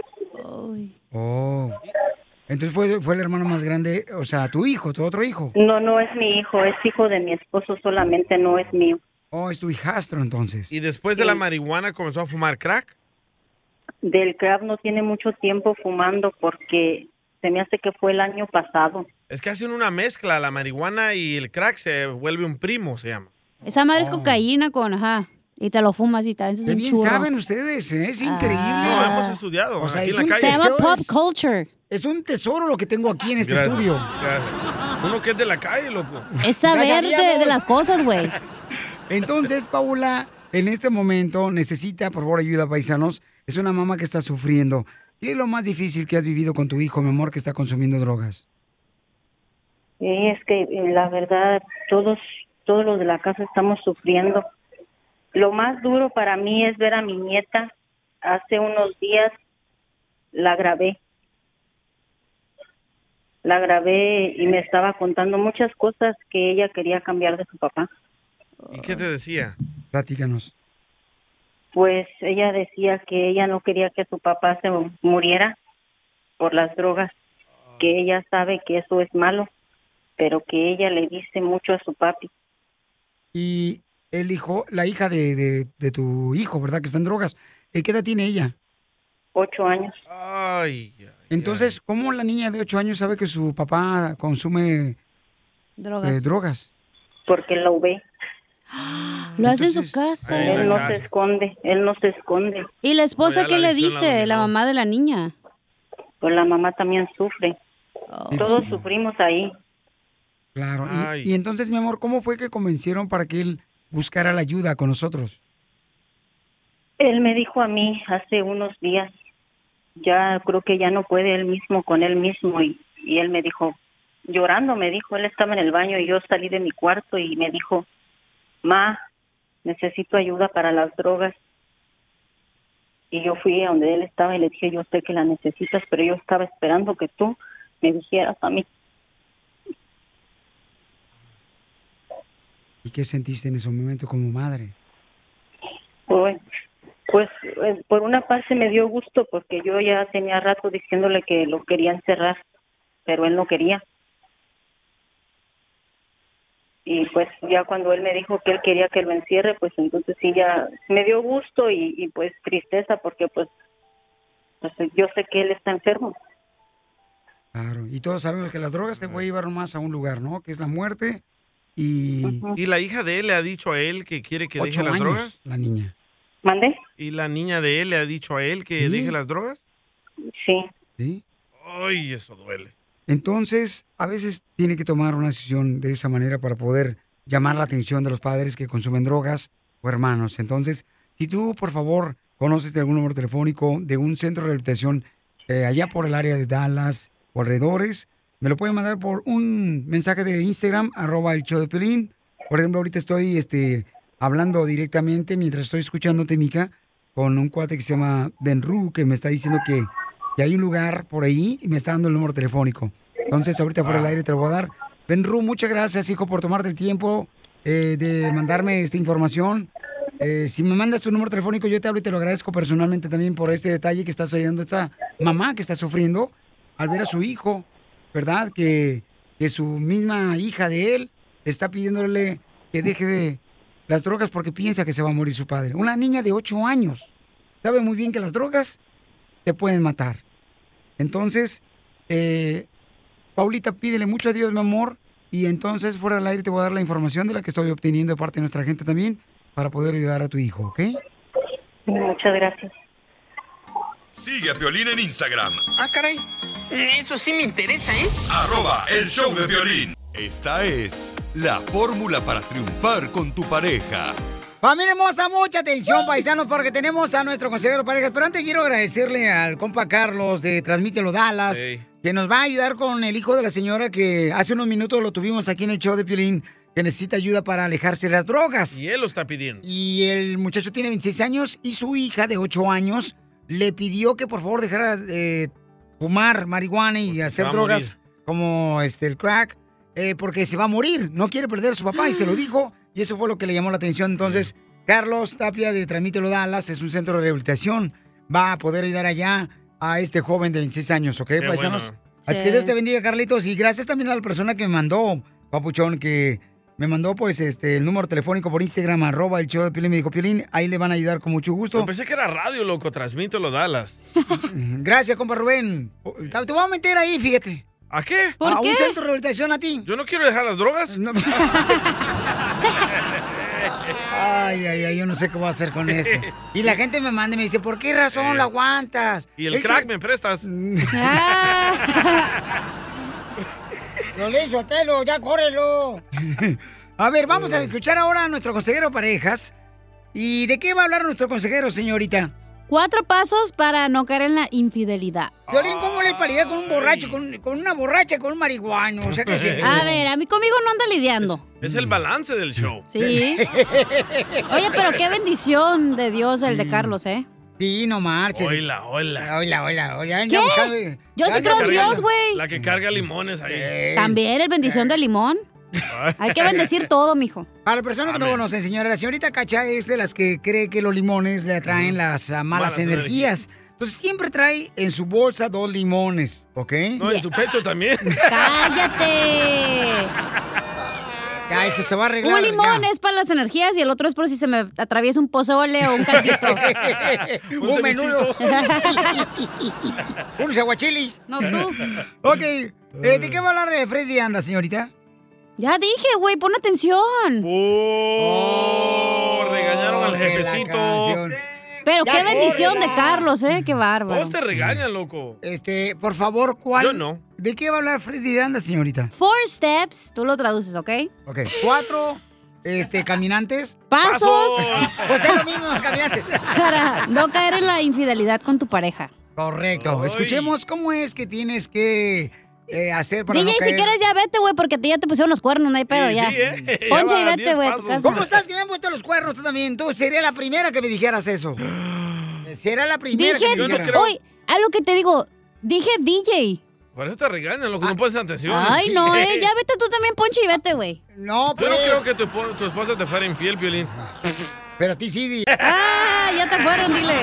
Oh. Entonces fue el hermano más grande, o sea, tu hijo, tu otro hijo. No, no es mi hijo, es hijo de mi esposo solamente, no es mío. Oh, es tu hijastro entonces. ¿Y después de la marihuana comenzó a fumar crack? Del crack no tiene mucho tiempo fumando porque se me hace que fue el año pasado. Es que hacen una mezcla, la marihuana y el crack se vuelve un primo, se llama. Esa madre es cocaína y te lo fumas y también es Qué un bien churro. saben ustedes, ¿eh? Es increíble. No, hemos estudiado. O sea, aquí es en la un calle. Se llama pop culture. Es un tesoro lo que tengo aquí en este Gracias, estudio. gracias. Uno que es de la calle, loco. Es saber de las cosas, güey. Entonces, Paula, en este momento necesita, por favor, ayuda, paisanos. Es una mamá que está sufriendo. ¿Qué es lo más difícil que has vivido con tu hijo, mi amor, que está consumiendo drogas? Sí, es que la verdad todos los de la casa estamos sufriendo. Lo más duro para mí es ver a mi nieta. Hace unos días la grabé y me estaba contando muchas cosas que ella quería cambiar de su papá. ¿Y qué te decía? Platícanos. Pues ella decía que ella no quería que su papá se muriera por las drogas, que ella sabe que eso es malo, pero que ella le dice mucho a su papi. Y la hija de tu hijo, ¿verdad? Que está en drogas. ¿Qué edad tiene ella? 8 años. Ay. Entonces, ¿cómo la niña de 8 años sabe que su papá consume drogas? drogas? Porque lo ve. Lo hace en su casa. Él no se esconde, ¿Y la esposa qué le dice, la mamá de la niña? Pues la mamá también sufre. Todos sufrimos ahí. Claro. Y entonces, mi amor, ¿cómo fue que convencieron para que él buscara la ayuda con nosotros? Él me dijo a mí hace unos días, ya creo que ya no puede él mismo con él mismo, y él me dijo, llorando me dijo, él estaba en el baño y yo salí de mi cuarto y me dijo, Ma, necesito ayuda para las drogas. Y yo fui a donde él estaba y le dije, yo sé que la necesitas, pero yo estaba esperando que tú me dijeras a mí. ¿Y qué sentiste en ese momento como madre? Pues por una parte me dio gusto porque yo ya tenía rato diciéndole que lo quería encerrar, pero él no quería. Y pues ya cuando él me dijo que él quería que lo encierre, pues entonces sí ya me dio gusto y pues tristeza porque pues yo sé que él está enfermo. Claro, y todos sabemos que las drogas te pueden llevar más a un lugar, ¿no? Que es la muerte y... ¿Y la hija de él le ha dicho a él que quiere que deje 8 las años, drogas? La niña. ¿Mande? ¿Y la niña de él le ha dicho a él que deje las drogas? Sí. ¿Sí? Ay, eso duele. Entonces, a veces tiene que tomar una decisión de esa manera para poder llamar la atención de los padres que consumen drogas o hermanos. Entonces, si tú, por favor, conoces de algún número telefónico de un centro de rehabilitación allá por el área de Dallas o alrededores, me lo pueden mandar por un mensaje de Instagram, @elshowdepiolín. Por ejemplo, ahorita estoy hablando directamente, mientras estoy escuchándote, Mica, con un cuate que se llama Benru, que me está diciendo que hay un lugar por ahí y me está dando el número telefónico. Entonces, ahorita fuera del aire te lo voy a dar. Benru, muchas gracias, hijo, por tomarte el tiempo de mandarme esta información. Si me mandas tu número telefónico, yo te hablo y te lo agradezco personalmente también por este detalle que estás oyendo esta mamá que está sufriendo al ver a su hijo, ¿verdad? Que su misma hija de él está pidiéndole que deje de las drogas porque piensa que se va a morir su padre. Una niña de 8 años sabe muy bien que las drogas te pueden matar. Entonces, Paulita, pídele mucho a Dios, mi amor, y entonces fuera del aire te voy a dar la información de la que estoy obteniendo de parte de nuestra gente también para poder ayudar a tu hijo, ¿ok? Muchas gracias. Sigue a Piolín en Instagram. Ah, caray. Eso sí me interesa, ¿eh? @elshowdepiolín. Esta es la fórmula para triunfar con tu pareja. Familia hermosa, mucha atención, paisanos, porque tenemos a nuestro consejero de parejas. Pero antes quiero agradecerle al compa Carlos de Transmítelo Dallas, que nos va a ayudar con el hijo de la señora que hace unos minutos lo tuvimos aquí en el show de Piolín, que necesita ayuda para alejarse de las drogas. Y él lo está pidiendo. Y el muchacho tiene 26 años y su hija de 8 años le pidió que por favor dejara de fumar marihuana y hacer drogas como el crack, porque se va a morir. No quiere perder a su papá y se lo dijo. Y eso fue lo que le llamó la atención. Entonces, Carlos Tapia de Transmítelo Dallas es un centro de rehabilitación. Va a poder ayudar allá a este joven de 26 años, ¿ok, paisanos? Bueno. Así que Dios te bendiga, Carlitos. Y gracias también a la persona que me mandó, papuchón, que me mandó pues el número telefónico por Instagram, @elshowdepiolín. Me dijo, Piolín, ahí le van a ayudar con mucho gusto. Yo pensé que era radio, loco. Transmítelo Dallas. Gracias, compa Rubén. Te voy a meter ahí, fíjate. ¿A qué? ¿Por qué? Un centro de rehabilitación a ti. Yo no quiero dejar las drogas. No. Ay, yo no sé qué voy a hacer con esto. Y la gente me manda y me dice, ¿por qué razón lo aguantas? Y el crack me prestas. Violín Sotelo, ya córrelo. A ver, vamos a escuchar ahora a nuestro consejero de parejas. ¿Y de qué va a hablar nuestro consejero, señorita? 4 pasos para no caer en la infidelidad. Violín, ¿cómo le paliar con un borracho, con una borracha, con un marihuano? O sea que sí. A ver, a mí conmigo no anda lidiando. Es el balance del show. Sí. Oye, pero qué bendición de Dios el de Carlos, ¿eh? Sí, no marches. Hola. ¿Qué? Yo sí creo en Dios, güey. La que carga limones ahí. También el bendición de limón. Hay que bendecir todo, mijo. Para las personas que no conocen, señora, la señorita Cacha es de las que cree que los limones le atraen las malas energías. Entonces siempre trae en su bolsa 2 limones, ¿ok? No, en su pecho también. ¡Cállate! Ya, eso se va a arreglar. Un limón es para las energías y el otro es por si se me atraviesa un pozole o un caldito. Un menudo. Unos aguachilis. No, tú. Ok. ¿De qué va a hablar Freddy Anda, señorita? Ya dije, güey, pon atención. Regañaron al jefecito. Pero qué bendición de Carlos, qué bárbaro. Vos te regañan, loco. Por favor, ¿cuál? Yo no. ¿De qué va a hablar Freddy de Anda, señorita? 4 steps, tú lo traduces, ¿ok? Ok, 4, caminantes. Pasos. Pues es lo mismo, caminantes. Para no caer en la infidelidad con tu pareja. Correcto. Ay. Escuchemos cómo es que tienes que hacer para DJ, no caer. si quieres ya vete, güey, porque ya te pusieron los cuernos, no hay pedo, ya. Ponche y vete, güey, a tu casa. ¿Cómo estás que me han puesto los cuernos tú también? Tú sería la primera que me dijeras eso. Sería la primera que me dijeras. Oye, algo que te digo, dije DJ. Por eso te regañan, loco, no pones atención. Ay, no, ya vete tú también, Ponche, y vete, güey. No, pues. Yo no creo que tu esposa te fuera infiel, Piolín. Pero a ti sí. Ya te fueron, dile.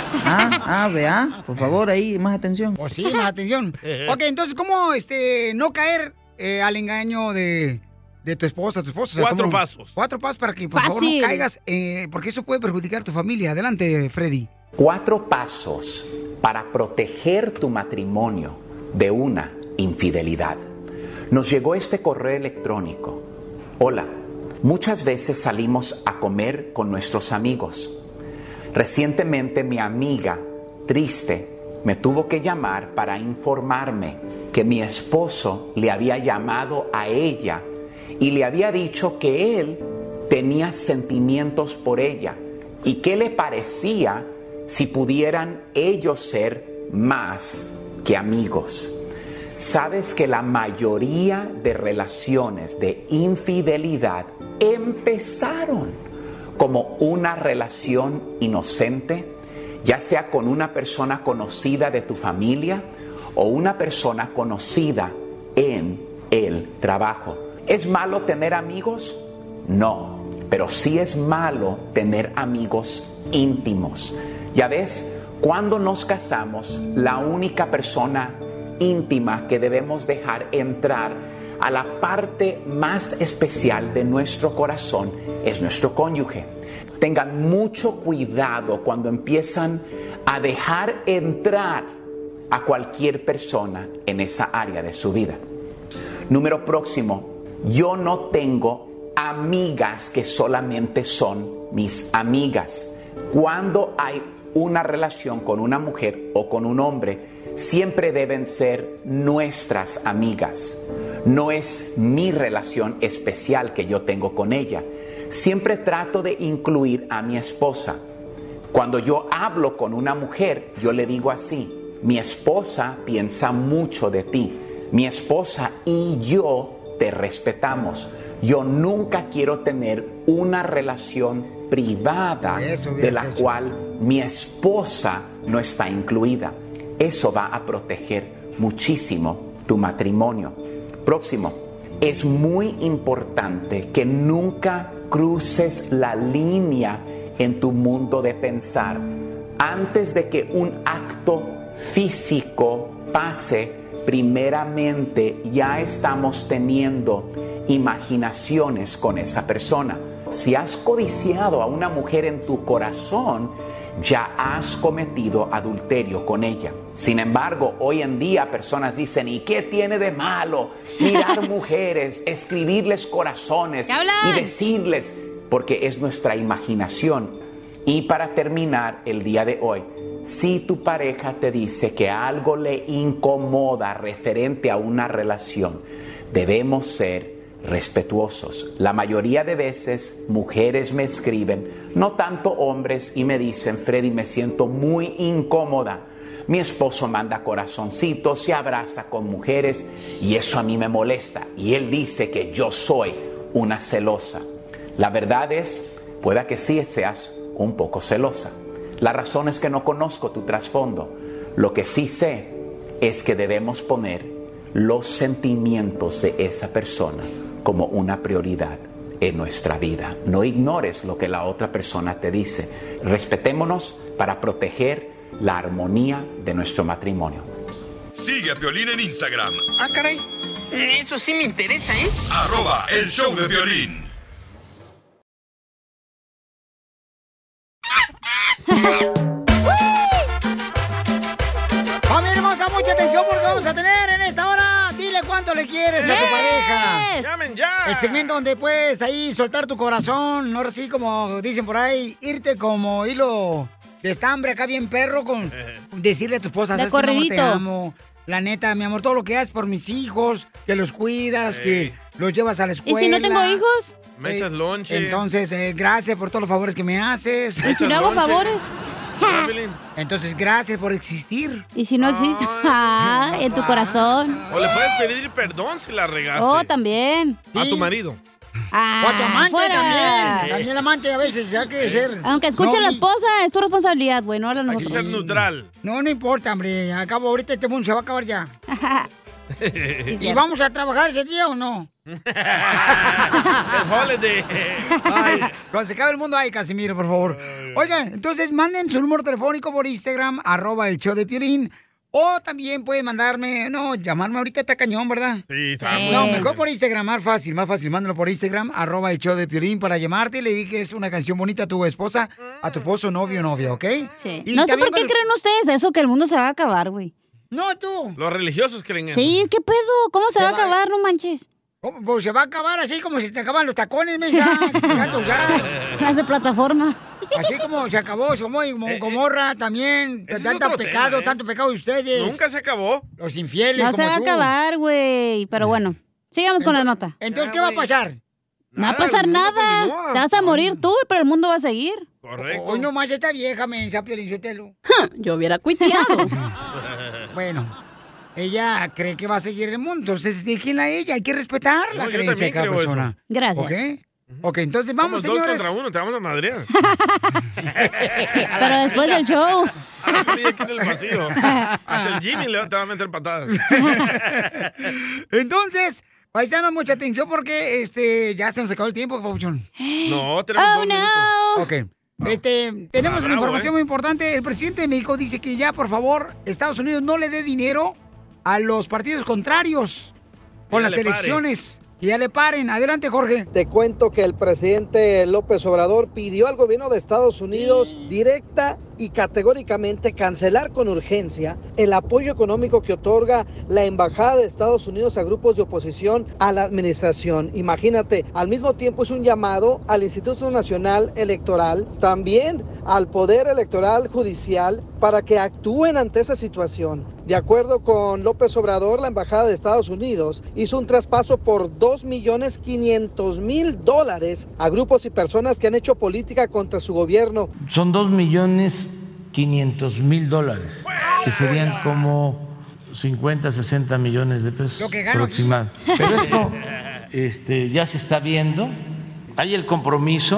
Vea, por favor, ahí, más atención. Pues sí, más atención. Ok, entonces, ¿cómo no caer al engaño de tu esposa, tu esposo? O sea, 4 pasos. 4 pasos para que, por favor, no caigas, porque eso puede perjudicar a tu familia. Adelante, Freddy. 4 pasos para proteger tu matrimonio de una infidelidad. Nos llegó este correo electrónico. Hola, muchas veces salimos a comer con nuestros amigos. Recientemente mi amiga, triste, me tuvo que llamar para informarme que mi esposo le había llamado a ella y le había dicho que él tenía sentimientos por ella y qué le parecía si pudieran ellos ser más que amigos. ¿Sabes que la mayoría de relaciones de infidelidad empezaron como una relación inocente, ya sea con una persona conocida de tu familia o una persona conocida en el trabajo? ¿Es malo tener amigos? No, pero sí es malo tener amigos íntimos. Ya ves, cuando nos casamos, la única persona íntima que debemos dejar entrar a la parte más especial de nuestro corazón es nuestro cónyuge. Tengan mucho cuidado cuando empiezan a dejar entrar a cualquier persona en esa área de su vida. Número próximo, yo no tengo amigas que solamente son mis amigas. Cuando hay una relación con una mujer o con un hombre, siempre deben ser nuestras amigas. No es mi relación especial que yo tengo con ella. Siempre trato de incluir a mi esposa. Cuando yo hablo con una mujer, yo le digo así: mi esposa piensa mucho de ti. Mi esposa y yo te respetamos. Yo nunca quiero tener una relación privada de la cual mi esposa no está incluida. Eso va a proteger muchísimo tu matrimonio. Próximo, es muy importante que nunca cruces la línea en tu mundo de pensar. Antes de que un acto físico pase, primeramente ya estamos teniendo imaginaciones con esa persona. Si has codiciado a una mujer en tu corazón, ya has cometido adulterio con ella. Sin embargo, hoy en día personas dicen: ¿y qué tiene de malo mirar mujeres, escribirles corazones y decirles? Porque es nuestra imaginación. Y para terminar el día de hoy, si tu pareja te dice que algo le incomoda referente a una relación, debemos ser respetuosos. La mayoría de veces mujeres me escriben, no tanto hombres, y me dicen: Freddy, me siento muy incómoda. Mi esposo manda corazoncitos, se abraza con mujeres y eso a mí me molesta. Y él dice que yo soy una celosa. La verdad es, pueda que sí seas un poco celosa. La razón es que no conozco tu trasfondo. Lo que sí sé es que debemos poner los sentimientos de esa persona como una prioridad en nuestra vida. No ignores lo que la otra persona te dice. Respetémonos para proteger la armonía de nuestro matrimonio. Sigue a Piolín en Instagram. Ah, caray. Eso sí me interesa, ¿eh? @el show de Piolín. Familia hermosa, mucha atención porque vamos a tener en esta hora. Dile cuánto le quieres a tu pareja. ¡Llamen ya! El segmento donde puedes ahí soltar tu corazón, no así como dicen por ahí, irte como hilo de estambre acá bien perro con decirle a tu esposa, De ¿sabes qué, mi amor? Te corridito. amo. La neta, mi amor, todo lo que haces por mis hijos, que los cuidas, que los llevas a la escuela. ¿Y si no tengo hijos? Me echas lonche. Entonces, gracias por todos los favores que me haces. ¿Y si no hago favores? Entonces, gracias por existir. ¿Y si no existe? En tu corazón. O le puedes pedir perdón si la regaste. Oh, también. A tu marido. O a tu amante fuera. también. También el amante a veces ya que ser. Aunque escuche la esposa, es tu responsabilidad, güey, no la Hay que nosotros. ser neutral. No, no importa, hombre. Acabo ahorita este mundo se va a acabar ya. ¿Y cierto. vamos a trabajar ese día o no? El holiday. Ay, cuando se acabe el mundo, ay, Casimiro, por favor. Oigan, entonces manden su número telefónico por Instagram, @elshowdepiolín. O también pueden mandarme, llamarme ahorita está cañón, ¿verdad? Sí, está muy No, bien. mejor por Instagram, más fácil, mándalo por Instagram, @elshowdepiolín para llamarte y le dediques una canción bonita a tu esposa, a tu esposo, novio, novia, ¿ok? Sí. Y No sé también por qué creen ustedes eso, que el mundo se va a acabar, güey. No, tú. Los religiosos creen eso. Sí, ¿qué pedo? ¿Cómo se va a acabar? No manches. ¿Cómo? Pues se va a acabar así como si te acaban los tacones, mensa. Las de plataforma. Así como se acabó Sodoma y Gomorra también. ese es Tanto otro pecado, tema, ¿eh? tanto pecado de ustedes. Nunca se acabó. Los infieles No como se va a tú. acabar, güey. Pero bueno, sigamos con la nota. Entonces, ¿qué va a pasar? No va a pasar el mundo nada. continúa. Te vas a morir tú, pero el mundo va a seguir. Correcto. Hoy nomás esta vieja mensa, Piolín Sotelo. Yo hubiera cuiteado. Bueno, ella cree que va a seguir el mundo, entonces déjenla a ella, hay que respetar la No, yo creencia de también cada creo persona. eso. Gracias. ¿Ok? Ok, entonces vamos, Somos señores. 2 contra 1, te vamos a madrear. Pero después del show. Ahora salí aquí en el pasillo. Hasta el Jimmy te va a meter patadas. Entonces, paisanos, mucha atención porque ya se nos acabó el tiempo, Papuchón. No, tenemos 2 minutos. Ok. Tenemos una bravo, información muy importante. El presidente de México dice que ya, por favor, Estados Unidos no le dé dinero a los partidos contrarios con Ya las le pare. elecciones. Que ya le paren. Adelante, Jorge. Te cuento que el presidente López Obrador pidió al gobierno de Estados Unidos directa y categóricamente cancelar con urgencia el apoyo económico que otorga la Embajada de Estados Unidos a grupos de oposición a la administración. Imagínate, al mismo tiempo es un llamado al Instituto Nacional Electoral, también al Poder Electoral Judicial, para que actúen ante esa situación. De acuerdo con López Obrador, la Embajada de Estados Unidos hizo un traspaso por $2.500.000 a grupos y personas que han hecho política contra su gobierno. Son $2.500.000, que serían como 50, 60 millones de pesos Lo que gano aproximadamente. Pero esto ya se está viendo. Hay el compromiso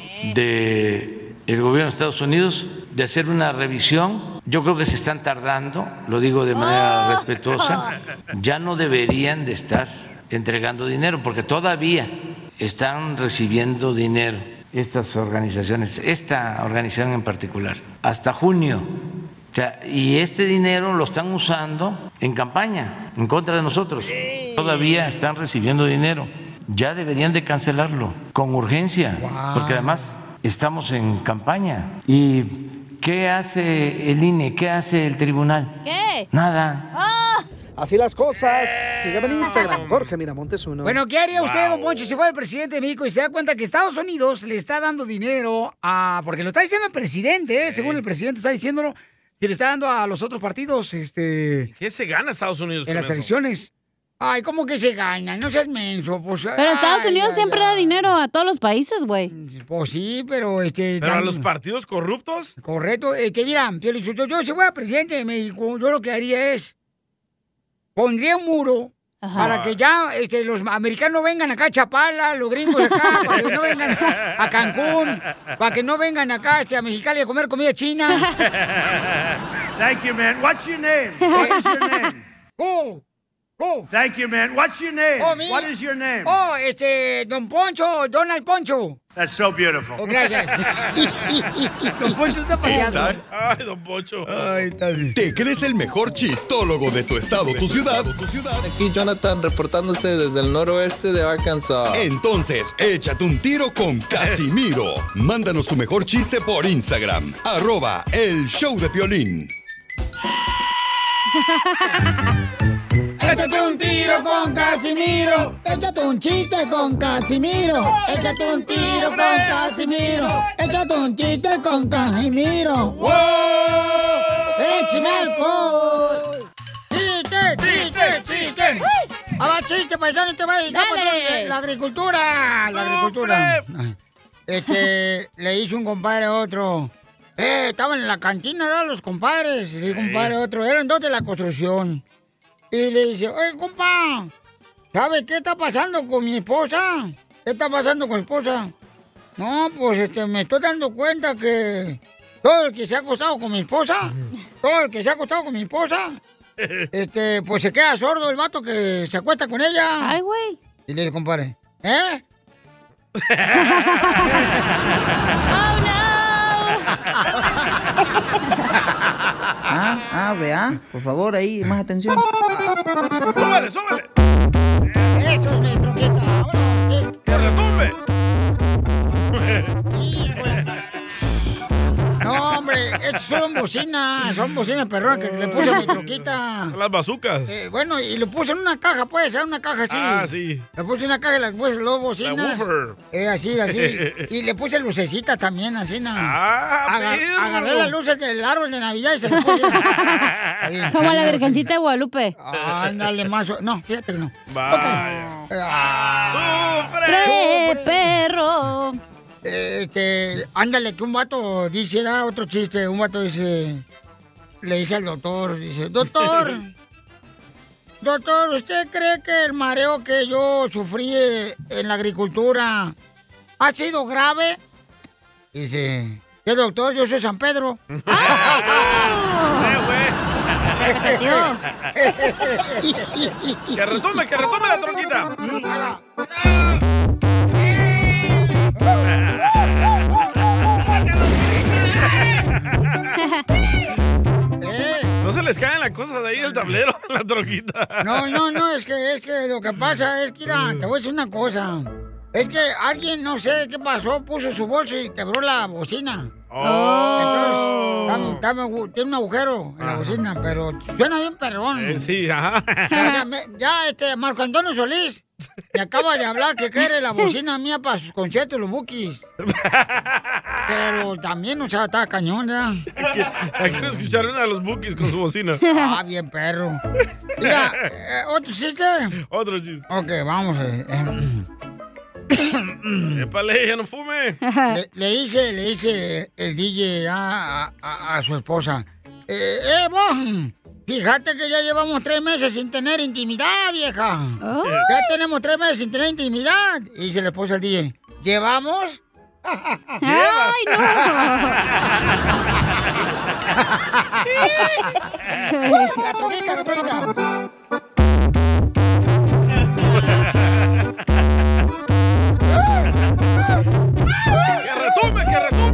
del gobierno de Estados Unidos de hacer una revisión. Yo creo que se están tardando, lo digo de manera respetuosa. Ya no deberían de estar entregando dinero porque todavía están recibiendo dinero estas organizaciones, esta organización en particular, hasta junio. O sea, y este dinero lo están usando en campaña, en contra de nosotros. Todavía están recibiendo dinero. Ya deberían de cancelarlo con urgencia, porque además estamos en campaña. ¿Y qué hace el INE? ¿Qué hace el tribunal? ¿Qué? Nada. Así las cosas. Sígame en Instagram, Jorge Miramontes 1. Bueno, ¿qué haría usted, don Poncho, si fuera el presidente de México y se da cuenta que Estados Unidos le está dando dinero a... Porque lo está diciendo el presidente, según el presidente está diciéndolo, que le está dando a los otros partidos, ¿Qué se gana Estados Unidos en con las eso? elecciones. Ay, ¿cómo que se gana? No seas menso. Pues, Pero Estados ay, Unidos ay, siempre ay. da dinero a todos los países, güey. Pues sí, pero ¿Pero a los partidos corruptos? Correcto. Mira, yo si fuera presidente de México, yo lo que haría es... Pondría un muro para que ya los americanos vengan acá a Chapala, los gringos acá, para que no vengan a Cancún, para que no vengan acá a Mexicali a comer comida china. Thank you, man. What's your name? What is your name? Who? Thank you, man. What's your name? Oh, me. What is your name? Oh, Don Poncho, Donald Poncho. That's so beautiful. Oh, gracias. Don Poncho está payaso. Ay, don Poncho. Ay, está así. ¿Te crees el mejor chistólogo de tu estado, tu ciudad? Aquí Jonathan reportándose desde el noroeste de Arkansas. Entonces, échate un tiro con Casimiro. Mándanos tu mejor chiste por Instagram, @elshowdepiolín. Échate un tiro con Casimiro. Échate un chiste con Casimiro. Échate un tiro con Casimiro. Échate un chiste con Casimiro. ¡Wow! ¡Échame alcohol! ¡Chiste! Ahora chiste, paisano, te va a dedicar a la agricultura. La agricultura. Le hizo un compadre a otro. Estaban en la cantina, ¿verdad? Los compadres. Le dijo un compadre a otro. Eran dos de la construcción. Y le dice, oye, compa, ¿sabe qué está pasando con mi esposa? ¿Qué está pasando con mi esposa? No, pues me estoy dando cuenta que todo el que se ha acostado con mi esposa, pues se queda sordo el vato que se acuesta con ella. Ay, güey. Y le dice, compadre, ¿eh? Vea, por favor, ahí, más atención. ¡Súbele! Eso es mi troqueta. Vámonos. ¡Que retumbe! No, hombre, estos son bocinas perronas que le puse a mi troquita. Las bazucas. Bueno, y lo puse en una caja, pues, en una caja así. Ah, sí. Le puse una caja y le puse los bocinas. La woofer. Así. Y le puse lucecitas también, así, ¿no? Agarré las luces del árbol de Navidad y se las puse. Como la Virgencita de Guadalupe. Ándale, más. No, fíjate que no. Vaya. ¡Sufre, perro! Ándale, que un vato dice, otro chiste, un vato dice, le dice al doctor, dice, doctor, ¿usted cree que el mareo que yo sufrí en la agricultura ha sido grave? Dice, ¿qué doctor? Yo soy San Pedro. ¡Ay, no! ¡Que retumbe la tronquita! No se les caen las cosas de ahí del tablero, la troquita. No, es que lo que pasa es que, mira, te voy a decir una cosa. Es que alguien, no sé qué pasó, puso su bolso y quebró la bocina. Entonces, tiene un agujero en la bocina, pero suena bien perrón. Sí, ajá. Marco Antonio Solís me acaba de hablar que quiere la bocina mía para sus conciertos, los Bukis. Pero también, o sea, está cañón, ¿verdad? Aquí no escucharon a los Bukis con su bocina. Bien perro. Mira, ¿otro chiste? Otro chiste. Ok, vamos. ¡Épale, ya no fume! Le dice el DJ a su esposa. Vos, fíjate que ya llevamos 3 meses sin tener intimidad, vieja. Ya tenemos 3 meses sin tener intimidad. Y dice la esposa al DJ, ¿llevamos? ¡Ay, no! La troquita. ¡Que retumbe!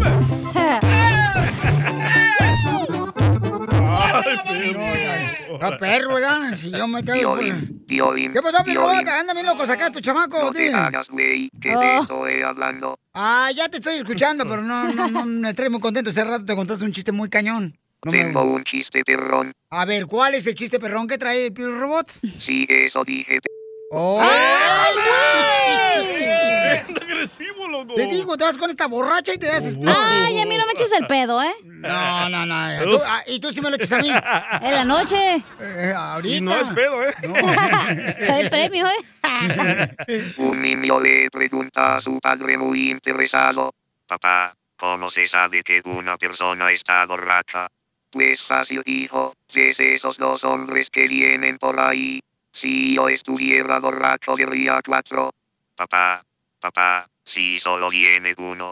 ¡Ay, Está perro, ¿verdad? Si yo me tengo... Piolín. ¿Qué pasó, Pilota? Anda bien loco, sacaste, chamaco. No te hagas, güey, que te estoy hablando. Ya te estoy escuchando, pero no me estoy muy contento. Hace rato te contaste un chiste muy cañón. Tengo un chiste perrón. A ver, ¿cuál es el chiste perrón que trae el Piol Robot? Sí, eso dije. ¡Ay, güey! ¡Es agresivo, loco! Te digo, te vas con esta borracha y te das... ¡Ay, a mí no me eches el pedo, eh! No. ¿Y tú sí me lo echas a mí? En la noche. Ahorita. Y no es pedo, ¿eh? Trae el premio, ¿eh? Un niño le pregunta a su padre muy interesado. Papá, ¿cómo se sabe que una persona está borracha? Pues fácil, hijo. ¿Ves esos 2 hombres que vienen por ahí? Si yo estuviera borracho, diría 4. Papá, si solo viene uno.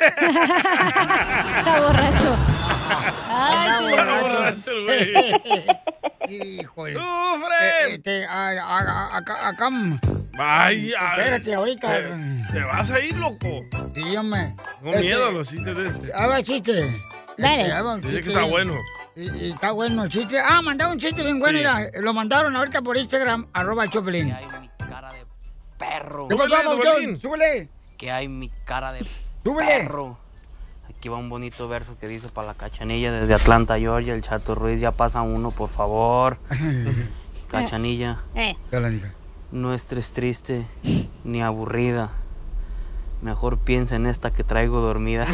Está borracho. Ay, borracho, güey. Híjole. ¡Sufre! Acá. Vaya. Espérate, ahorita. Te vas a ir, loco. Sí, hombre. Con miedo a los chistes de este. A ver, chiste. Dale. Dice que está bueno. Y está bueno el chiste. Mandaron un chiste bien bueno. Sí. Mira, lo mandaron ahorita por Instagram, @Choplin. Que hay mi cara de perro. ¿Qué pasó, Mauchón? Súbele. Que hay mi cara de Súbele. perro. Aquí va un bonito verso que dice para la Cachanilla desde Atlanta, Georgia. El Chato Ruiz, ya pasa uno, por favor. Cachanilla, ¿Qué la hija? no estés triste ni aburrida. Mejor piensa en esta que traigo dormida.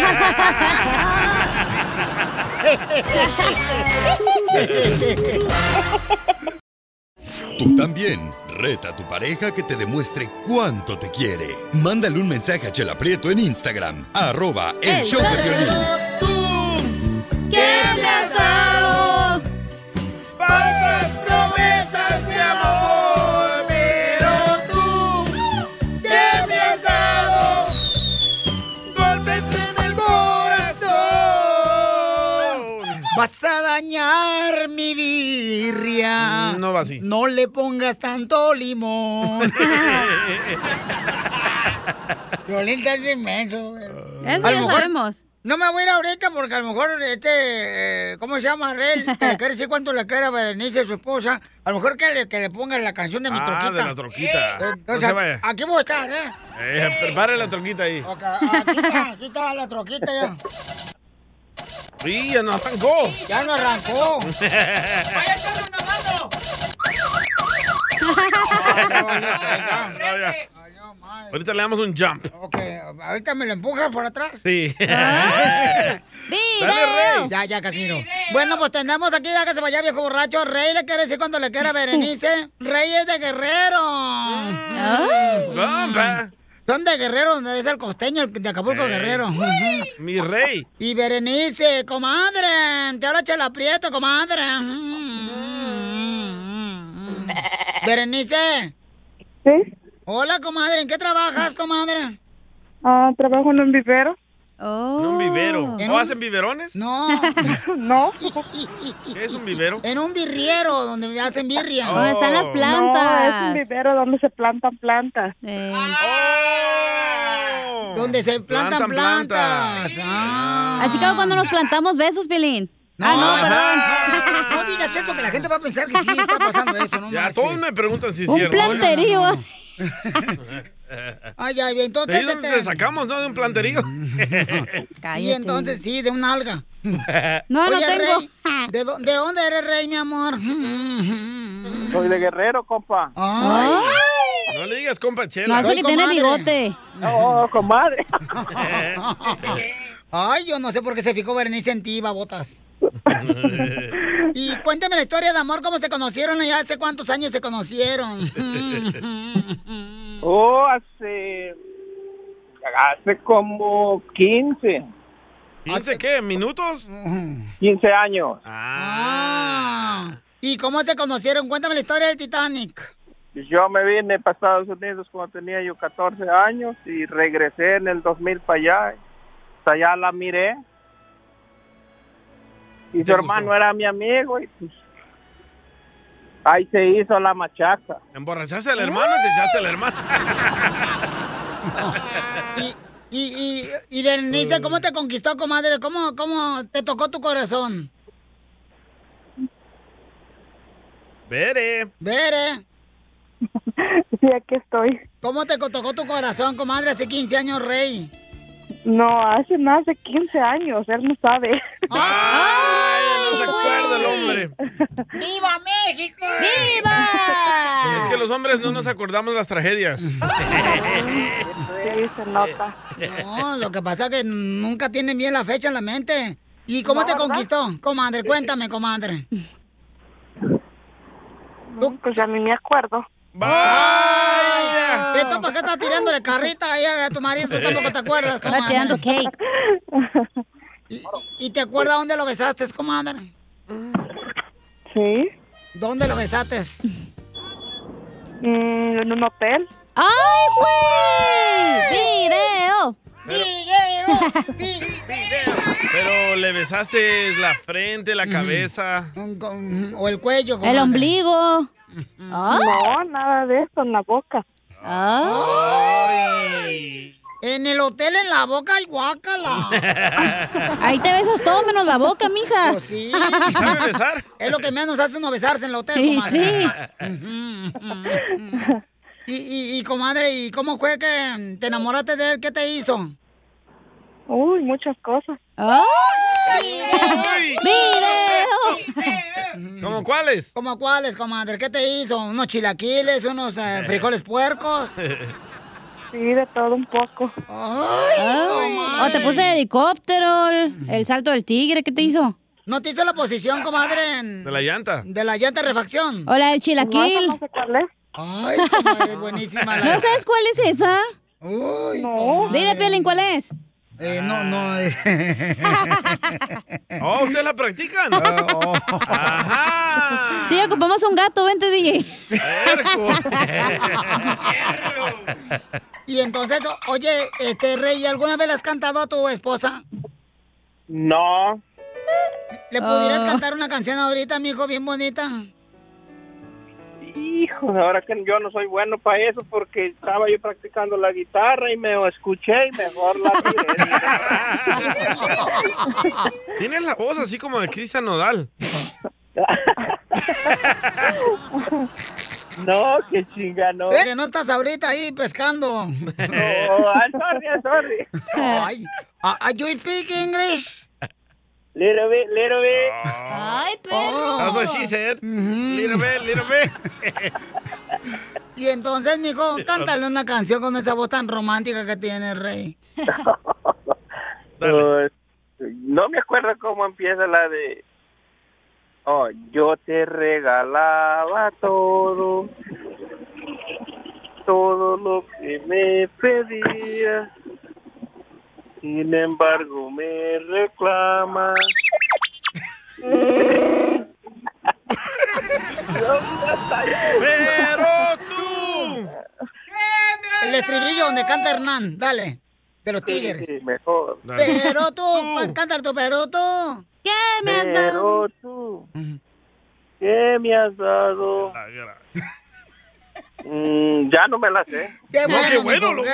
Tú también, reta a tu pareja que te demuestre cuánto te quiere. Mándale un mensaje a Chela Prieto en Instagram, @el show de Piolín. ¿Qué me has dado? Falsas promesas de amor, pero tú, ¿qué me has dado? Golpes en el corazón. Vas a dañar mi birria. No va así. No le pongas tanto limón. Piolín está bien menso, güey. Eso A ya lo mejor sabemos. No me voy a ir ahorita porque a lo mejor ¿cómo se llama? Él quiere decir cuánto le quiere a Berenice, su esposa. A lo mejor que le ponga la canción de mi troquita. de la troquita. Entonces, No se vaya. aquí voy a estar, ¿eh? Prepare la troquita ahí. Ok, aquí está la troquita ya. Sí, ya no arrancó. Ya no arrancó. Ahorita le damos un jump. Ok, ahorita me lo empujas por atrás. Sí. ¡Video! Rey. Ya, Casimiro. Bueno, pues tenemos aquí, ya que se vaya viejo borracho. Rey le quiere decir cuando le quiera a Berenice. Rey es de Guerrero. Compa. Son de Guerrero, donde es el costeño, el de Acapulco, Guerrero. Mi rey. Y Berenice, comadre, te habla Chela Prieto, comadre. Berenice. ¿Sí? Hola, comadre, ¿en qué trabajas, comadre? Trabajo en un vivero. ¿En un vivero? ¿No hacen biberones? No. No. ¿Qué es un vivero? En un birriero, donde hacen birria. Donde están las plantas. No, es un vivero donde se plantan plantas. Donde se plantan plantas. Así como cuando nos plantamos besos, Piolín. Perdón. No digas eso, que la gente va a pensar que sí está pasando eso, ¿no? Ya, todos me preguntan si es Un cierto. planterío. Ay, entonces... ¿De ahí donde te sacamos, no? De un planterío. Y entonces, sí, de una alga. No Oye, tengo. Rey, ¿de dónde eres, Rey, mi amor? Soy de Guerrero, compa. No le digas compa Chela. No, es porque tiene bigote. No, comadre. Ay, yo no sé por qué se fijó Berenice en ti, babotas. Y cuéntame la historia de amor, cómo se conocieron y hace cuántos años se conocieron. Hace como 15. ¿15 qué? ¿Minutos? 15 años. ¿Y cómo se conocieron? Cuéntame la historia del Titanic. Yo me vine para Estados Unidos cuando tenía yo 14 años y regresé en el 2000 para allá. Hasta allá la miré. Y su hermano era mi amigo y pues ahí se hizo la machaca. ¿Emborrachaste al hermano o te echaste al hermano? Y Berenice, ¿cómo te conquistó, comadre? ¿Cómo te tocó tu corazón? Bere. Sí, aquí estoy. ¿Cómo te tocó tu corazón, comadre, hace 15 años, Rey? No, hace más de 15 años, él no sabe. ¡Ay! No se acuerda el hombre. ¡Viva México! ¡Viva! Es que los hombres no nos acordamos las tragedias. Sí, se nota. No, lo que pasa es que nunca tienen bien la fecha en la mente. ¿Y cómo te conquistó, comadre? Cuéntame, comadre. Pues ya ni me acuerdo. ¡Vaya! ¿Esto para qué estás tirándole carrita ahí a tu marido? Tú tampoco te acuerdas, comadre. Está tirando cake. ¿Y te acuerdas dónde lo besaste, comadre? Sí. ¿Dónde lo besaste? En un hotel. ¡Ay, güey! ¡Video! Pero le besaste la frente, la cabeza. O el cuello, comadre. El ombligo. No, nada de eso, en la boca. Ay. En el hotel, en la boca, y guácala. Ahí te besas todo menos la boca, mija. Pues sí. ¿Sabe besar? Es lo que menos hace uno besarse en el hotel, Sí, comadre. Y comadre, ¿y cómo fue que te enamoraste de él? ¿Qué te hizo? Uy, muchas cosas. ¡Video! ¿Cómo cuáles? ¿Cómo cuáles, comadre? ¿Qué te hizo? ¿Unos chilaquiles? ¿Unos frijoles puercos? Sí, de todo un poco. O te puse de helicóptero, el salto del tigre, ¿qué te hizo? ¿No te hizo la posición, comadre? De la llanta. De la llanta de refacción. O la del chilaquil. No sé cuál es. Ay, comadre, es buenísima. ¿No sabes cuál es esa? Uy, no. Dile, Piolín, ¿cuál es? No es. Oh, ¿ustedes la practican? Ajá. Sí, ocupamos un gato, vente, DJ. Y entonces, oye, Rey, ¿alguna vez le has cantado a tu esposa? No. ¿Le pudieras cantar una canción ahorita, mijo, bien bonita? Hijo, ahora que yo no soy bueno para eso porque estaba yo practicando la guitarra y me escuché y mejor la tiré. Tienes la voz así como de Cristian Nodal. No, qué chinga, no. Que no estás ahorita ahí pescando. No, I'm sorry. Ay, ¿are you speak English? Little bit. Ay, perro. That's what she said. Little bit. Y entonces, mijo, cántale una canción con esa voz tan romántica que tiene, Rey. No me acuerdo cómo empieza la de... Oh, yo te regalaba todo lo que me pedías. Sin embargo, me reclama. Pero tú. El estribillo donde canta Hernán, dale. De los Tigres. Sí, mejor. Pero tú, cántale tú, pero tú. ¿Qué me has dado? Pero tú, ¿qué me has dado? Ya no me la sé. ¡Qué bueno, loco!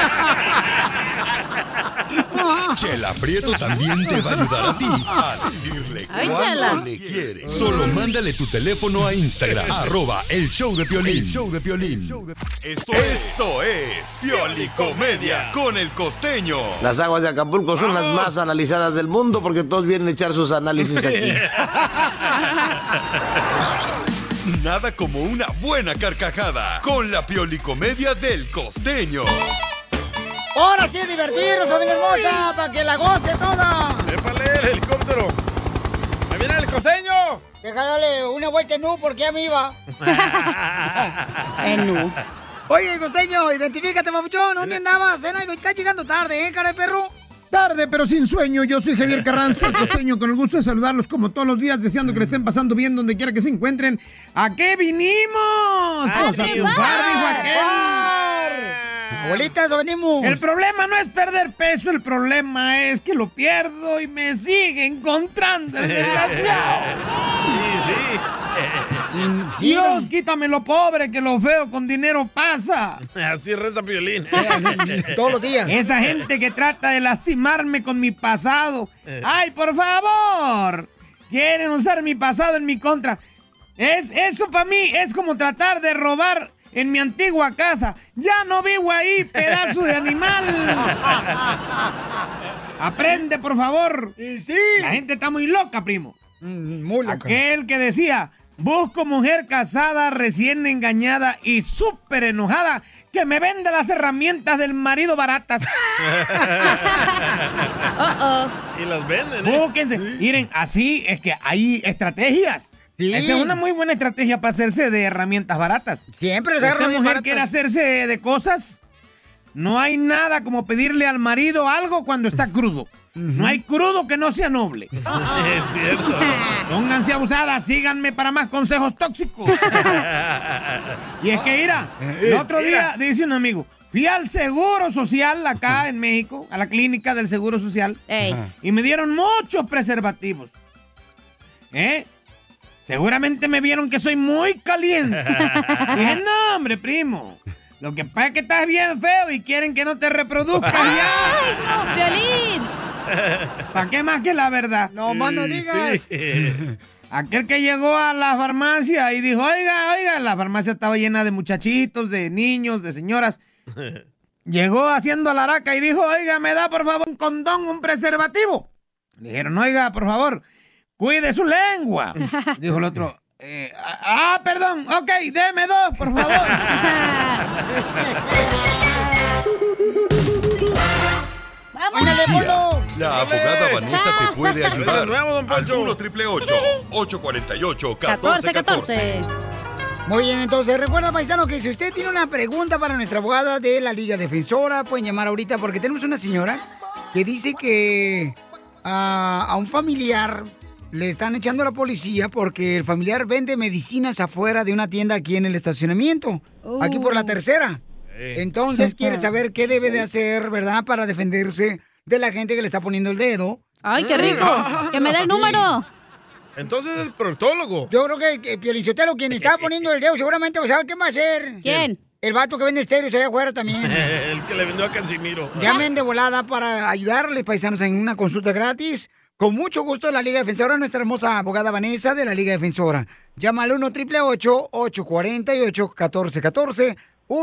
Chela Prieto también te va a ayudar a ti a decirle cuánto le quieres. Solo mándale tu teléfono a Instagram, @elshowdepiolín. Esto es Piolicomedia con el Costeño. Las aguas de Acapulco son las más analizadas del mundo porque todos vienen a echar sus análisis aquí. Nada como una buena carcajada con la Piolicomedia del Costeño. Ahora sí, divertirnos, familia hermosa, para que la goce toda. ¡Épale, el helicóptero! ¡Ahí viene el Costeño! Déjale una vuelta en Nu porque ya me iba. En Nu. Oye, Costeño, identifícate, papuchón. ¿Dónde andabas? Estás llegando tarde, cara de perro. Tarde, pero sin sueño. Yo soy Javier Carranza, el Costeño, con el gusto de saludarlos como todos los días, deseando que le estén pasando bien donde quiera que se encuentren. ¿A qué vinimos? Pues a triunfar, dijo aquel. Abuelita, eso venimos. El problema no es perder peso, el problema es que lo pierdo y me sigue encontrando el desgraciado. Sí. Dios, quítame lo pobre, que lo feo con dinero pasa. Así reza Piolín. Todos los días. Esa gente que trata de lastimarme con mi pasado. ¡Ay, por favor! Quieren usar mi pasado en mi contra. Eso para mí es como tratar de robar en mi antigua casa. Ya no vivo ahí, pedazo de animal. Aprende, por favor. Sí. La gente está muy loca, primo. Muy loca. Aquel que decía, busco mujer casada, recién engañada y súper enojada, que me venda las herramientas del marido baratas. Y las venden, ¿eh? Búsquense. Miren, así es que hay estrategias. Sí. Esa es una muy buena estrategia para hacerse de herramientas baratas. Siempre se Si agarra esta bien mujer baratas. quiere hacerse de cosas, no hay nada como pedirle al marido algo cuando está crudo. No hay crudo que no sea noble. Es cierto. Pónganse abusadas, síganme para más consejos tóxicos. Y es que, mira, el otro día, dice un amigo, fui al Seguro Social acá en México, a la clínica del Seguro Social, y me dieron muchos preservativos. Seguramente me vieron que soy muy caliente. Dije, no, hombre, primo. Lo que pasa es que estás bien feo y quieren que no te reproduzcas ya. ¡Ay, no, Piolín! ¿Para qué más que la verdad? No más no digas. Sí. Aquel que llegó a la farmacia y dijo, oiga, la farmacia estaba llena de muchachitos, de niños, de señoras. Llegó haciendo la araca y dijo, oiga, ¿me da por favor un condón, un preservativo? Le dijeron, oiga, por favor, cuide su lengua. Dijo el otro, perdón, ok, deme 2, por favor. Policía, la abogada Vanessa te puede ayudar. Al 1-888-848-1414. Muy bien, entonces recuerda, paisano, que si usted tiene una pregunta para nuestra abogada de la Liga Defensora, pueden llamar ahorita porque tenemos una señora que dice que a un familiar le están echando a la policía porque el familiar vende medicinas afuera de una tienda aquí en el estacionamiento, aquí por la Tercera. Entonces quiere saber qué debe de hacer, ¿verdad?, para defenderse de la gente que le está poniendo el dedo. ¡Ay, qué rico! ¡Que me dé el número! Entonces el proctólogo. Yo creo que Piolichotelo, quien está poniendo el dedo, seguramente sabe qué va a hacer. ¿Quién? El vato que vende estéreos allá afuera también. El que le vendió a Casimiro. Llamen de volada para ayudarles, paisanos, en una consulta gratis. Con mucho gusto, la Liga Defensora, nuestra hermosa abogada Vanessa de la Liga Defensora. Llama al 1-888-848-1414.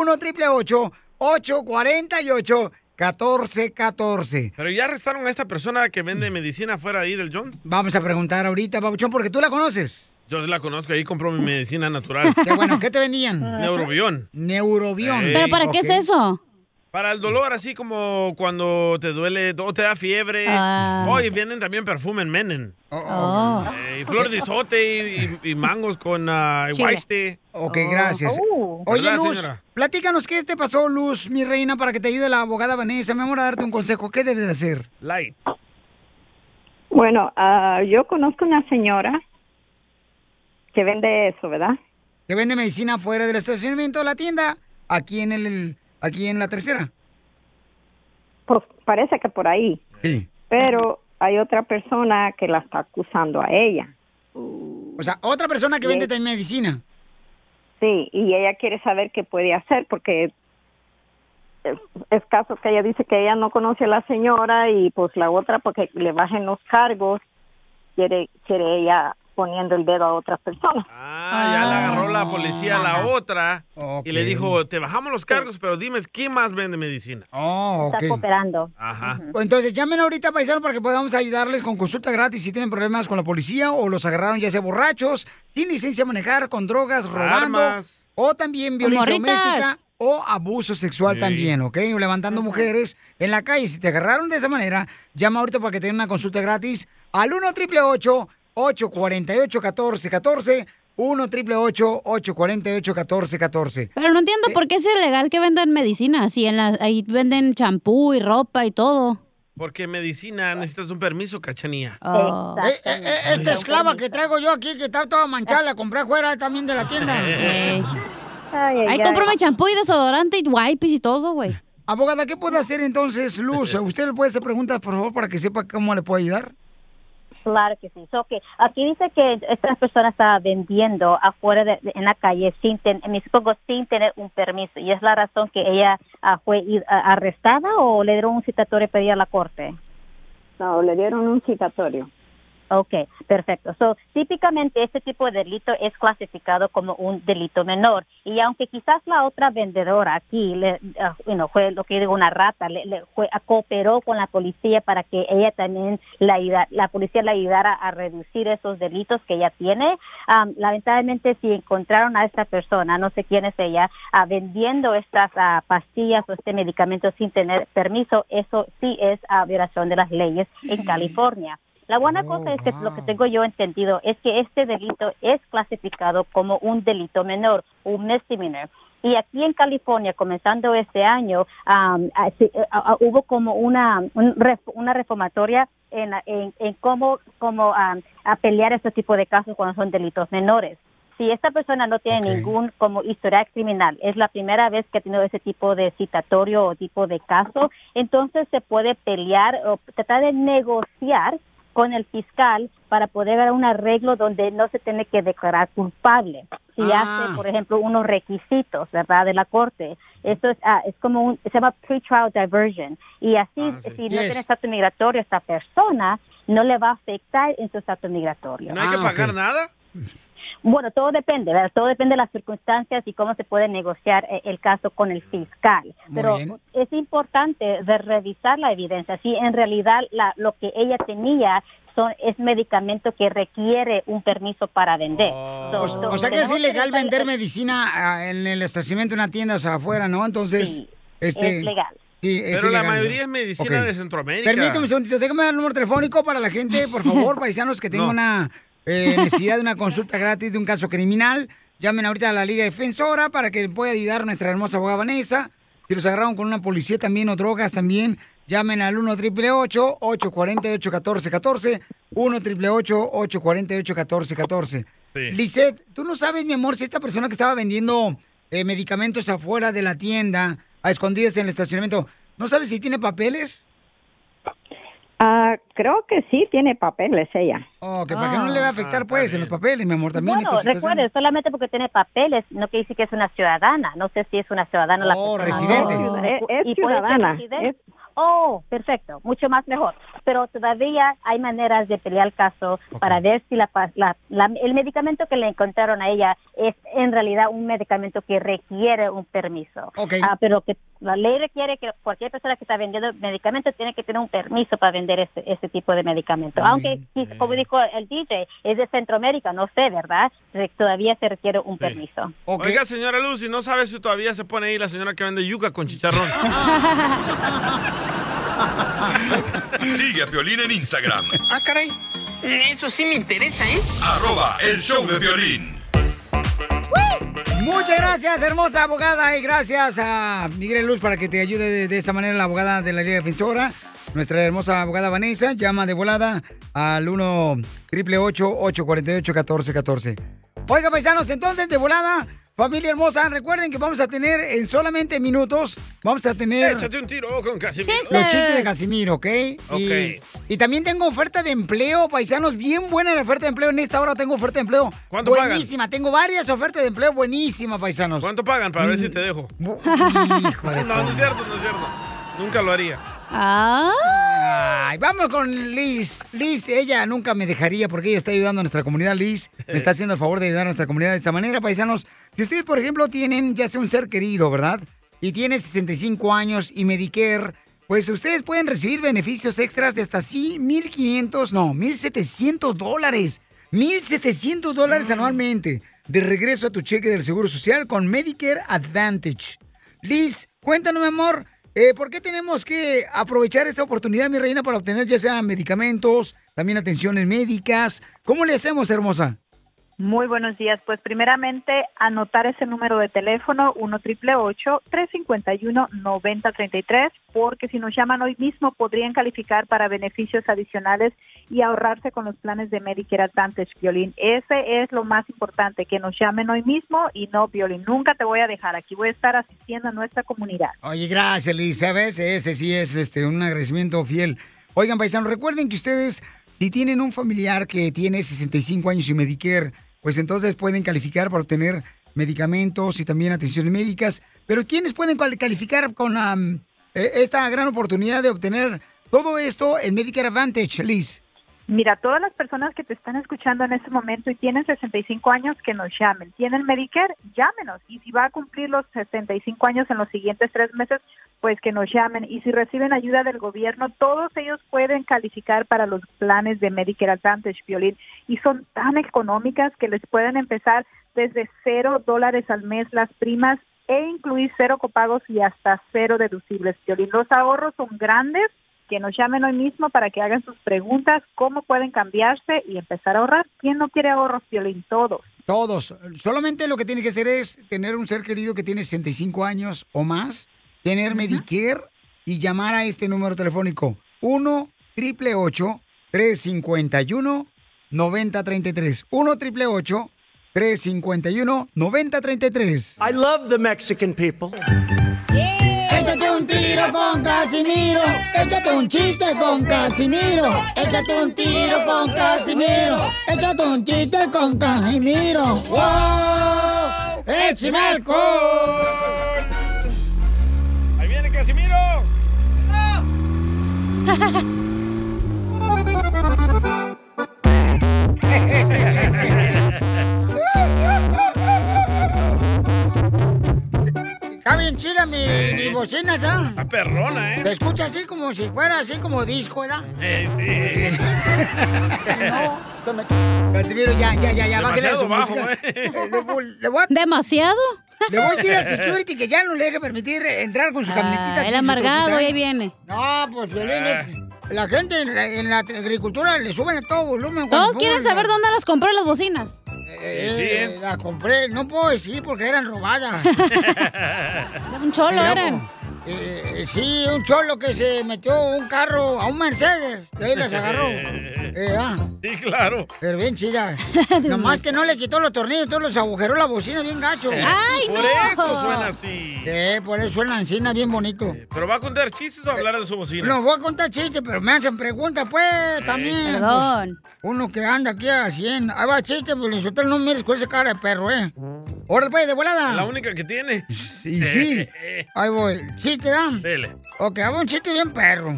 1-888-848-1414. Pero ya arrestaron a esta persona que vende medicina afuera ahí del John. Vamos a preguntar ahorita, Pabuchón, porque tú la conoces. Yo la conozco, ahí compró mi medicina natural. Qué bueno, ¿qué te vendían? Neurobión. Neurobión. ¿Pero para qué es eso? Para el dolor, así como cuando te duele o te da fiebre. Y vienen también perfume en Menen. Y flor de isote y mangos con guaiste. Ok, gracias. Oye, ¿verdad, Luz, señora? platícanos qué te pasó, Luz, mi reina, para que te ayude la abogada Vanessa, mi amor, a darte un consejo. ¿Qué debes de hacer? Light. Bueno, yo conozco una señora que vende eso, ¿verdad? Que vende medicina fuera del estacionamiento de la tienda, aquí en la Tercera. Pues parece que por ahí. Sí. Pero hay otra persona que la está acusando a ella. O sea, otra persona que vende también medicina. Sí, y ella quiere saber qué puede hacer porque es caso que ella dice que ella no conoce a la señora y pues la otra, porque le bajen los cargos, quiere ella poniendo el dedo a otras personas. Ya le agarró la policía a la otra y le dijo, te bajamos los cargos, pero dime, ¿quién más vende medicina? Está cooperando. Ajá. Entonces, llamen ahorita, paisano, para que podamos ayudarles con consulta gratis si tienen problemas con la policía o los agarraron ya sea borrachos, sin licencia de manejar, con drogas, robando, Armas. o también violencia morritas. doméstica o abuso sexual también, ¿ok? O levantando mujeres en la calle. Si te agarraron de esa manera, llama ahorita para que tengan una consulta gratis al 1-888-848-1414. 1-888-848-1414. Pero no entiendo por qué es ilegal que vendan medicina. Si ahí venden champú y ropa y todo. Porque medicina necesitas un permiso, Cachanía. Esta esclava que traigo yo aquí, que está toda manchada, la compré afuera también de la tienda. Ahí compro mi champú y desodorante y wipes y todo, güey. Abogada, ¿qué puede hacer entonces, Luz? ¿Usted le puede hacer preguntas, por favor, para que sepa cómo le puede ayudar? Claro que sí. Aquí dice que esta persona está vendiendo afuera en la calle sin tener un permiso. ¿Y es la razón que ella fue arrestada o le dieron un citatorio y pedía a la corte? No, le dieron un citatorio. Okay, perfecto. Típicamente este tipo de delito es clasificado como un delito menor y aunque quizás la otra vendedora aquí, fue lo que digo, una rata, cooperó con la policía para que ella también la policía le ayudara a reducir esos delitos que ella tiene. Lamentablemente, si encontraron a esta persona, no sé quién es ella, vendiendo estas pastillas o este medicamento sin tener permiso, eso sí es violación de las leyes en California. La buena cosa es que lo que tengo yo entendido es que este delito es clasificado como un delito menor, un misdemeanor. Y aquí en California, comenzando este año, hubo como una reformatoria en cómo pelear este tipo de casos cuando son delitos menores. Si esta persona no tiene ningún como historial criminal, es la primera vez que ha tenido ese tipo de citatorio o tipo de caso, entonces se puede pelear o tratar de negociar con el fiscal para poder dar un arreglo donde no se tiene que declarar culpable. Si hace, por ejemplo, unos requisitos, ¿verdad?, de la corte. Eso es como se llama pretrial diversion. Y así, si no tiene estatus migratorio, esta persona no le va a afectar en su estatus migratorio. ¿No hay que pagar nada? Bueno, todo depende, ¿verdad? Todo depende de las circunstancias y cómo se puede negociar el caso con el fiscal. Pero es importante de revisar la evidencia. Si en realidad lo que ella tenía es medicamento que requiere un permiso para vender. O sea que es ilegal vender medicina en el estacionamiento de una tienda, o sea, afuera, ¿no? Entonces, sí, es legal. Sí, es pero ilegal, la mayoría es medicina de Centroamérica. Permítame un segundito, déjame dar el número telefónico para la gente, por favor, paisanos, que tengan una necesidad de una consulta gratis de un caso criminal. Llamen ahorita a la Liga Defensora para que pueda ayudar a nuestra hermosa abogada Vanessa. Si los agarraron con una policía también o drogas también, llamen al 1-888-848-1414, 1-888-848-1414. Sí. Lisette, tú no sabes, mi amor, si esta persona que estaba vendiendo medicamentos afuera de la tienda, a escondidas en el estacionamiento, ¿no sabes si tiene papeles? Creo que sí tiene papeles ella. Oh, que para que no le va a afectar, pues, en los papeles, mi amor, también. Bueno, recuerde, solamente porque tiene papeles, no quiere decir que es una ciudadana. No sé si es una ciudadana la persona. Residente. Es ciudadana. Oh, perfecto, mucho más mejor. Pero todavía hay maneras de pelear el caso para ver si el medicamento que le encontraron a ella es en realidad un medicamento que requiere un permiso. Pero que la ley requiere que cualquier persona que está vendiendo medicamentos tiene que tener un permiso para vender ese tipo de medicamento. Aunque, como dijo el DJ, es de Centroamérica, no sé, ¿verdad? Todavía se requiere un permiso. Oiga, señora Lucy, ¿no sabe si todavía se pone ahí la señora que vende yuca con chicharrón? Sigue a Piolín en Instagram. Ah, caray. Eso sí me interesa, ¿eh? @elshowdepiolín. Muchas gracias, hermosa abogada, y gracias a Miguel Luz para que te ayude de esta manera la abogada de la Liga Defensora. Nuestra hermosa abogada Vanessa llama de volada al 1-888-848-1414. Oiga, paisanos, entonces de volada, familia hermosa, recuerden que vamos a tener en solamente minutos, vamos a tener... Échate un tiro con Casimiro. Los chistes de Casimiro, ¿ok? Y también tengo oferta de empleo, paisanos, bien buena la oferta de empleo. En esta hora tengo oferta de empleo. ¿Cuánto buenísima, tengo varias ofertas de empleo buenísimas, paisanos. ¿Cuánto pagan para ver si te dejo? Hijo de no es cierto. Nunca lo haría. Ay, vamos con Liz. Liz, ella nunca me dejaría porque ella está ayudando a nuestra comunidad. Liz me está haciendo el favor de ayudar a nuestra comunidad de esta manera, paisanos. Si ustedes, por ejemplo, tienen ya sea un ser querido, ¿verdad? Y tiene 65 años y Medicare, pues ustedes pueden recibir beneficios extras de hasta $1,700 anualmente de regreso a tu cheque del Seguro Social con Medicare Advantage. Liz, cuéntanos, mi amor, ¿por qué tenemos que aprovechar esta oportunidad, mi reina, para obtener ya sea medicamentos, también atenciones médicas? ¿Cómo le hacemos, hermosa? Muy buenos días. Pues primeramente anotar ese número de teléfono 1-888-351-9033, porque si nos llaman hoy mismo podrían calificar para beneficios adicionales y ahorrarse con los planes de Medicare Advantage, Piolín. Ese es lo más importante, que nos llamen hoy mismo y no, Piolín, nunca te voy a dejar. Aquí voy a estar asistiendo a nuestra comunidad. Oye, gracias, Liz. ¿Sabes? Ese sí es un agradecimiento fiel. Oigan, paisanos, recuerden que ustedes, si tienen un familiar que tiene 65 años y Medicare, pues entonces pueden calificar para obtener medicamentos y también atenciones médicas. Pero ¿quiénes pueden calificar con esta gran oportunidad de obtener todo esto en Medicare Advantage, Liz? Mira, todas las personas que te están escuchando en este momento y tienen 65 años, que nos llamen. ¿Tienen Medicare? Llámenos. Y si va a cumplir los 65 años en los siguientes 3 meses, pues que nos llamen. Y si reciben ayuda del gobierno, todos ellos pueden calificar para los planes de Medicare Advantage, Piolín. Y son tan económicas que les pueden empezar desde $0 al mes las primas e incluir 0 copagos y hasta 0 deducibles, Piolín. Los ahorros son grandes. Que nos llamen hoy mismo para que hagan sus preguntas, cómo pueden cambiarse y empezar a ahorrar. ¿Quién no quiere ahorros, Piolín? Todos. Todos. Solamente lo que tiene que hacer es tener un ser querido que tiene 65 años o más, tener Medicare y llamar a este número telefónico 1-888-351-9033. 1-888-351-9033. I love the Mexican people. Échate un tiro con Casimiro. Échate un chiste con Casimiro. Échate un tiro con Casimiro. Échate un chiste con Casimiro. ¡Wow! ¡Échame alcohol! ¡Ahí viene Casimiro! chida mi bocina, ¿ya? Está perrona, ¿eh? Se escucha así como si fuera así como disco, ¿verdad? Sí. No, se me... Casimiro, ya, bájale a su música. ¿Demasiado? Le voy a decir al security que ya no le deje permitir entrar con su camionetita. El amargado, ahí viene. No, pues, Violín, la gente en la agricultura le suben a todo volumen. Todos quieren saber dónde las compró las bocinas. Las compré, no puedo decir porque eran robadas. Un cholo eran. Sí, un cholo que se metió un carro a un Mercedes. De ahí las agarró. Sí, claro. Pero bien chida. Nomás que no le quitó los tornillos, todos los agujeró la bocina bien gacho. ¡Ay, por no! eso suena así. Por eso suena encina bien bonito. ¿Pero va a contar chistes o hablar de su bocina? No, voy a contar chistes, pero me hacen preguntas, pues, también. Perdón. Pues, uno que anda aquí a 100. Ahí va chiste, pues, nosotros no mires con esa cara de perro, Órale, pues, de volada. La única que tiene. Sí. Ahí voy. ¿Chiste, dan? Dele. Ok, había un chiste bien perro.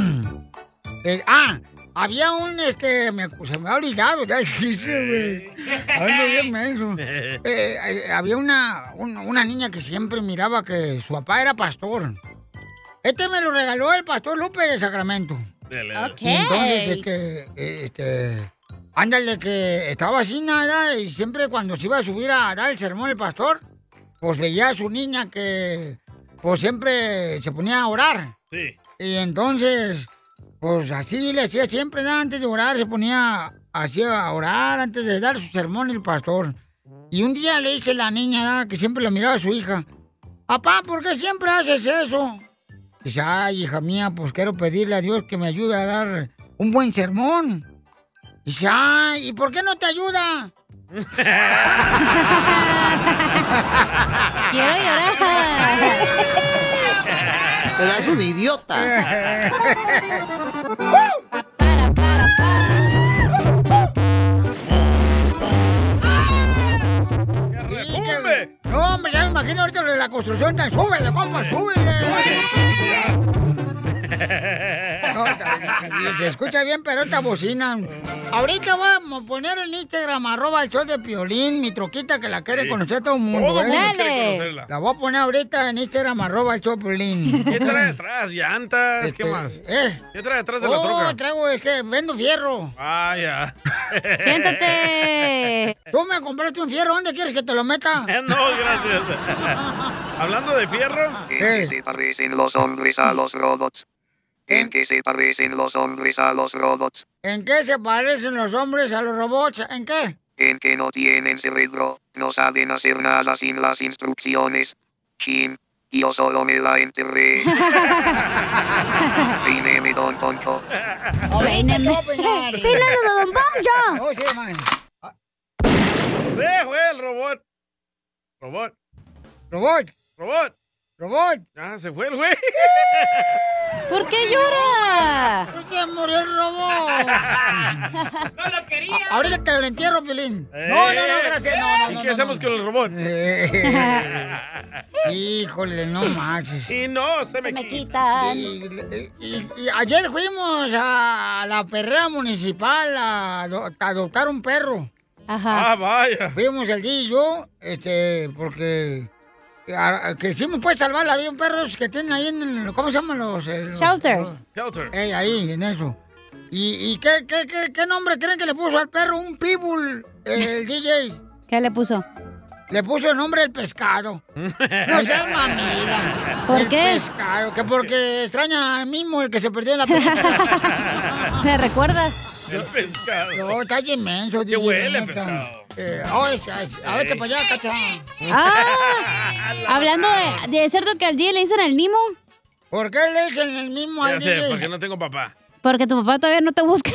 Había un, se me ha olvidado ya el chiste, güey. Ando bien menso. Había una niña que siempre miraba que su papá era pastor. Me lo regaló el pastor Lupe de Sacramento. Ok. Y entonces, ándale, que estaba así nada, y siempre cuando se iba a subir a dar el sermón el pastor, pues veía a su niña que, pues siempre se ponía a orar. Sí. Y entonces, pues así le hacía siempre, ¿no? Antes de orar, se ponía así a orar antes de dar su sermón el pastor. Y un día le dice la niña, ¿no? Que siempre lo miraba a su hija: papá, ¿por qué siempre haces eso? Dice: ay, hija mía, pues quiero pedirle a Dios que me ayude a dar un buen sermón. Dice: ay, ¿y por qué no te ayuda? Quiero llorar. Pedazo de idiota. No, hombre, ya me imagino ahorita lo de la construcción. Tan súbele, compa, súbele. No, se escucha bien, pero esta bocina. Ahorita voy a poner en Instagram, @el show de Piolín, mi troquita que la quiere conocer todo el mundo. Todo el mundo Dale. quiere conocerla. La voy a poner ahorita en Instagram, @el show de Piolín. ¿Qué trae atrás? ¿Llantas? ¿Qué más? ¿Qué trae atrás de la troca? Traigo, es que vendo fierro. Ah, ya. Siéntate. Tú me compraste un fierro, ¿dónde quieres que te lo meta? No, gracias. Hablando de fierro. ¿En qué se parecen los hombres a los robots? ¿En qué se parecen los hombres a los robots? ¿En qué se parecen los hombres a los robots? ¿En qué? En que no tienen cerebro, no saben hacer nada sin las instrucciones. Chin, yo solo me la enterré. Peíneme, don Poncho. Peíneme. Pínalo de don Poncho. Oh, sí, man. Fue el robot. Robot. Ah, se fue el güey. ¿Por qué llora? Pues se murió el robot. ¡No lo quería! Ahorita te lo entierro, Piolín. No, gracias. No, ¿Y qué hacemos con el robot? Híjole, no manches. Y no, se me quitan. Y ayer fuimos a la perrera municipal a adoptar un perro. Ajá. Ah, vaya. Fuimos el día y yo, porque que sí me puede salvar la vida un perro que tienen ahí en, ¿cómo se llaman los Shelters. Shelter. Ahí, en eso. ¿Y qué nombre creen que le puso al perro? Un pitbull, el DJ. ¿Qué le puso? Le puso el nombre del pescado. No seas mamila. ¿Por qué? El pescado, que porque extraña al mismo el que se perdió en la pesca. ¿Me recuerdas? El pescado. No, está inmenso. ¿Qué huele pescado? A vete para allá, cacha. Hablando de ¿es cierto que al día le dicen el Nimo? ¿Por qué le dicen el mismo al Ya sé, DJ? porque no tengo papá. Porque tu papá todavía no te busca.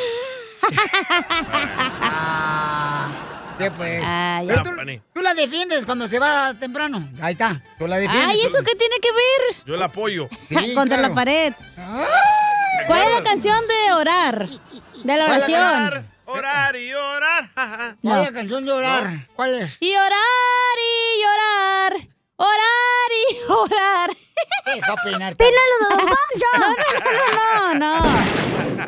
¿Qué pues? Ya. Tú la defiendes cuando se va temprano. Ahí está, tú la defiendes. Ay, ¿eso qué tiene que ver? Yo la apoyo. Sí, contra la pared. ¿Cuál es la canción de orar? De la oración. Orar y orar. ¿Cuál es la canción de orar? No. ¿Cuál es? Y orar y llorar. Orar y orar. Deja peinar. ¡Pínalo de Don Poncho! No.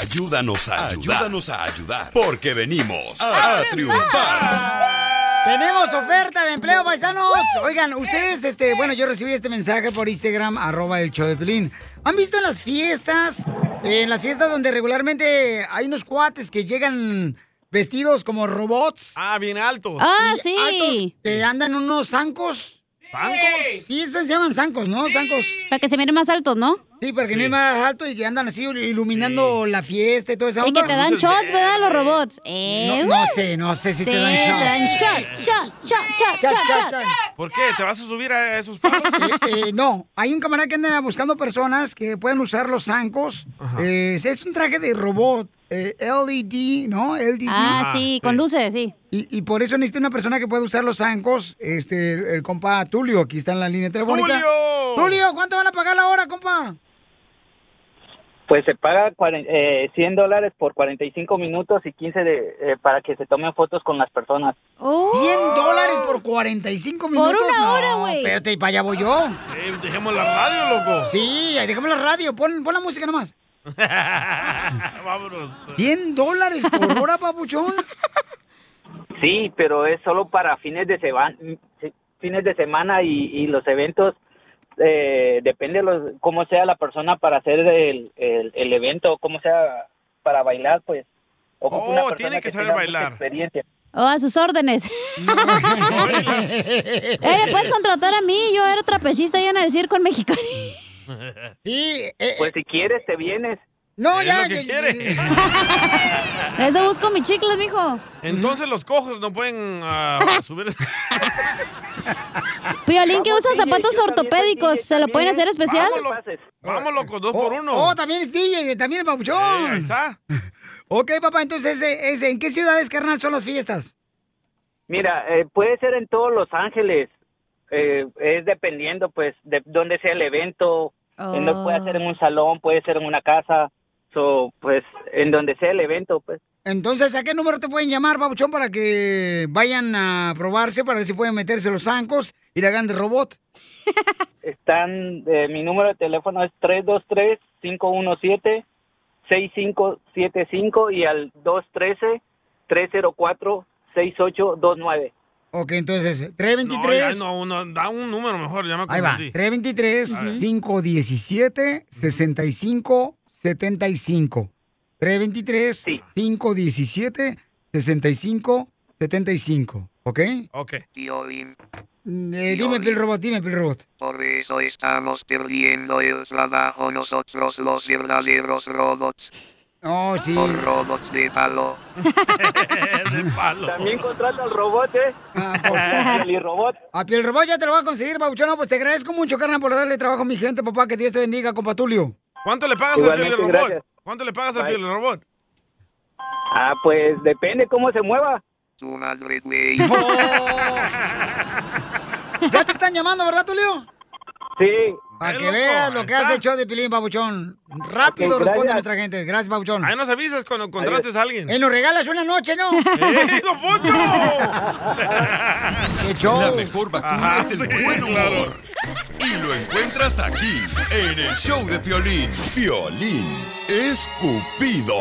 Ayúdanos a ayudar. Porque venimos a triunfar. Tenemos oferta de empleo, paisanos. Oigan, ustedes, bueno, yo recibí este mensaje por Instagram, @el-show-de-Piolín. ¿Han visto en las fiestas? En las fiestas donde regularmente hay unos cuates que llegan vestidos como robots. Ah, bien altos. Ah, sí. Altos, que andan unos zancos. ¿Zancos? Sí, eso se llaman zancos, ¿no? Zancos. Para que se miren más altos, ¿no? Sí, para que miren más alto y que andan así iluminando la fiesta y todo eso. Y que te dan shots, ¿verdad, los robots? No sé si te dan shots. te dan shot. ¿Por qué? ¿Te vas a subir a esos palos? No, hay un camarada que anda buscando personas que pueden usar los zancos. Es un traje de robot. LED, ¿no? LDD. Ah, sí, con luces, sí. Y por eso necesita una persona que pueda usar los zancos. El compa Tulio, aquí está en la línea telefónica. ¡Tulio! ¿Cuánto van a pagar la hora, compa? Pues se paga $100 por 45 minutos y 15 para que se tomen fotos con las personas. $100 por 45 minutos. Por una hora, güey. Espérate, y para allá voy yo. Dejemos la radio, loco. Sí, dejemos la radio. Pon la música nomás. Vámonos. $100 por hora, papuchón. Sí, pero es solo para fines de semana y los eventos. Depende cómo sea la persona para hacer el evento, cómo sea para bailar, pues. Tiene que saber bailar. Experiencia. A sus órdenes. Puedes contratar a mí, yo era trapecista y en el circo en Mexicali. Pues si quieres, te vienes. No, ya. Es lo que quiere. Eso busco mis chicles, mijo. Entonces los cojos no pueden subir. Piolín que usa zapatos ortopédicos, ¿se lo pueden hacer especial? Vamos, loco, 2 por 1. También es DJ, también el papuchón. Ahí está. Ok, papá, entonces, ¿en qué ciudades, carnal, son las fiestas? Mira, puede ser en todos Los Ángeles. Es dependiendo, pues, de dónde sea el evento. Puede ser en un salón, puede ser en una casa. Pues, en donde sea el evento, pues. Entonces, ¿a qué número te pueden llamar, papuchón, para que vayan a probarse, para ver si pueden meterse los zancos y le hagan de robot? Mi número de teléfono es 323-517-6575 y al 213-304-6829. Ok, entonces, 323... No, da un número mejor, ya me Ahí va, 323-517-6575. 323-517-6575. ¿Ok? Ok. Dime, Piel Robot. Por eso estamos perdiendo el trabajo nosotros los verdaderos robots. Oh, sí. Por robots de palo. De palo. También contrata al robot, Pielirobot. A Pielirobot ya te lo voy a conseguir, papuchón. No, pues te agradezco mucho, carnal, por darle trabajo a mi gente, papá. Que Dios te bendiga, compa Tulio. ¿Cuánto le pagas al Pielirobot? ¿Cuánto le pagas al Pielirobot? Pues depende cómo se mueva. Tu madre, güey. Ya te están llamando, ¿verdad, Tulio? Sí. Para que veas lo que hace el show de Pilín, papuchón. Rápido responde nuestra gente. Gracias, papuchón. Ahí nos avisas cuando contrates a alguien. Nos regalas una noche, ¿no? ¡Don Poncho! ¡Qué show! La mejor vacuna es el buen humor. Y lo encuentras aquí, en el show de Piolín. Piolín Escupido.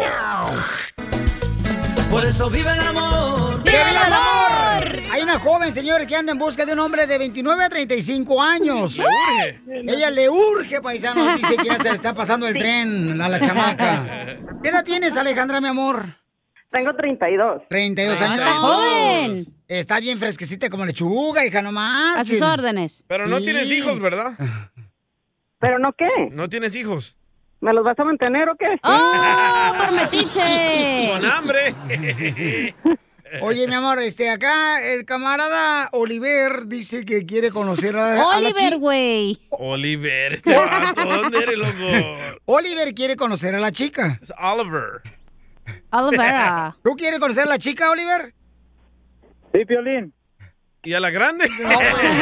Por eso vive el amor. ¡Vive el amor! Hay una joven, señor, que anda en busca de un hombre de 29 a 35 años. Le urge. Ella le urge, paisano. Dice que ya se le está pasando el tren a la chamaca. ¿Qué edad tienes, Alejandra, mi amor? Tengo 32. 32 años. ¡Está joven! Está bien fresquecita como lechuga, hija, nomás. A sus órdenes. Pero no tienes hijos, ¿verdad? ¿Pero no qué? No tienes hijos. ¿Me los vas a mantener o qué? ¡Oh, por metiche! ¡Con hambre! Oye, mi amor, acá el camarada Oliver dice que quiere conocer a la Oliver, güey. Oliver, este vato, ¿dónde eres, loco? Oliver quiere conocer a la chica. Es Oliver. Olivera. ¿Tú quieres conocer a la chica, Oliver? Sí, Piolín. ¿Y a la grande? No,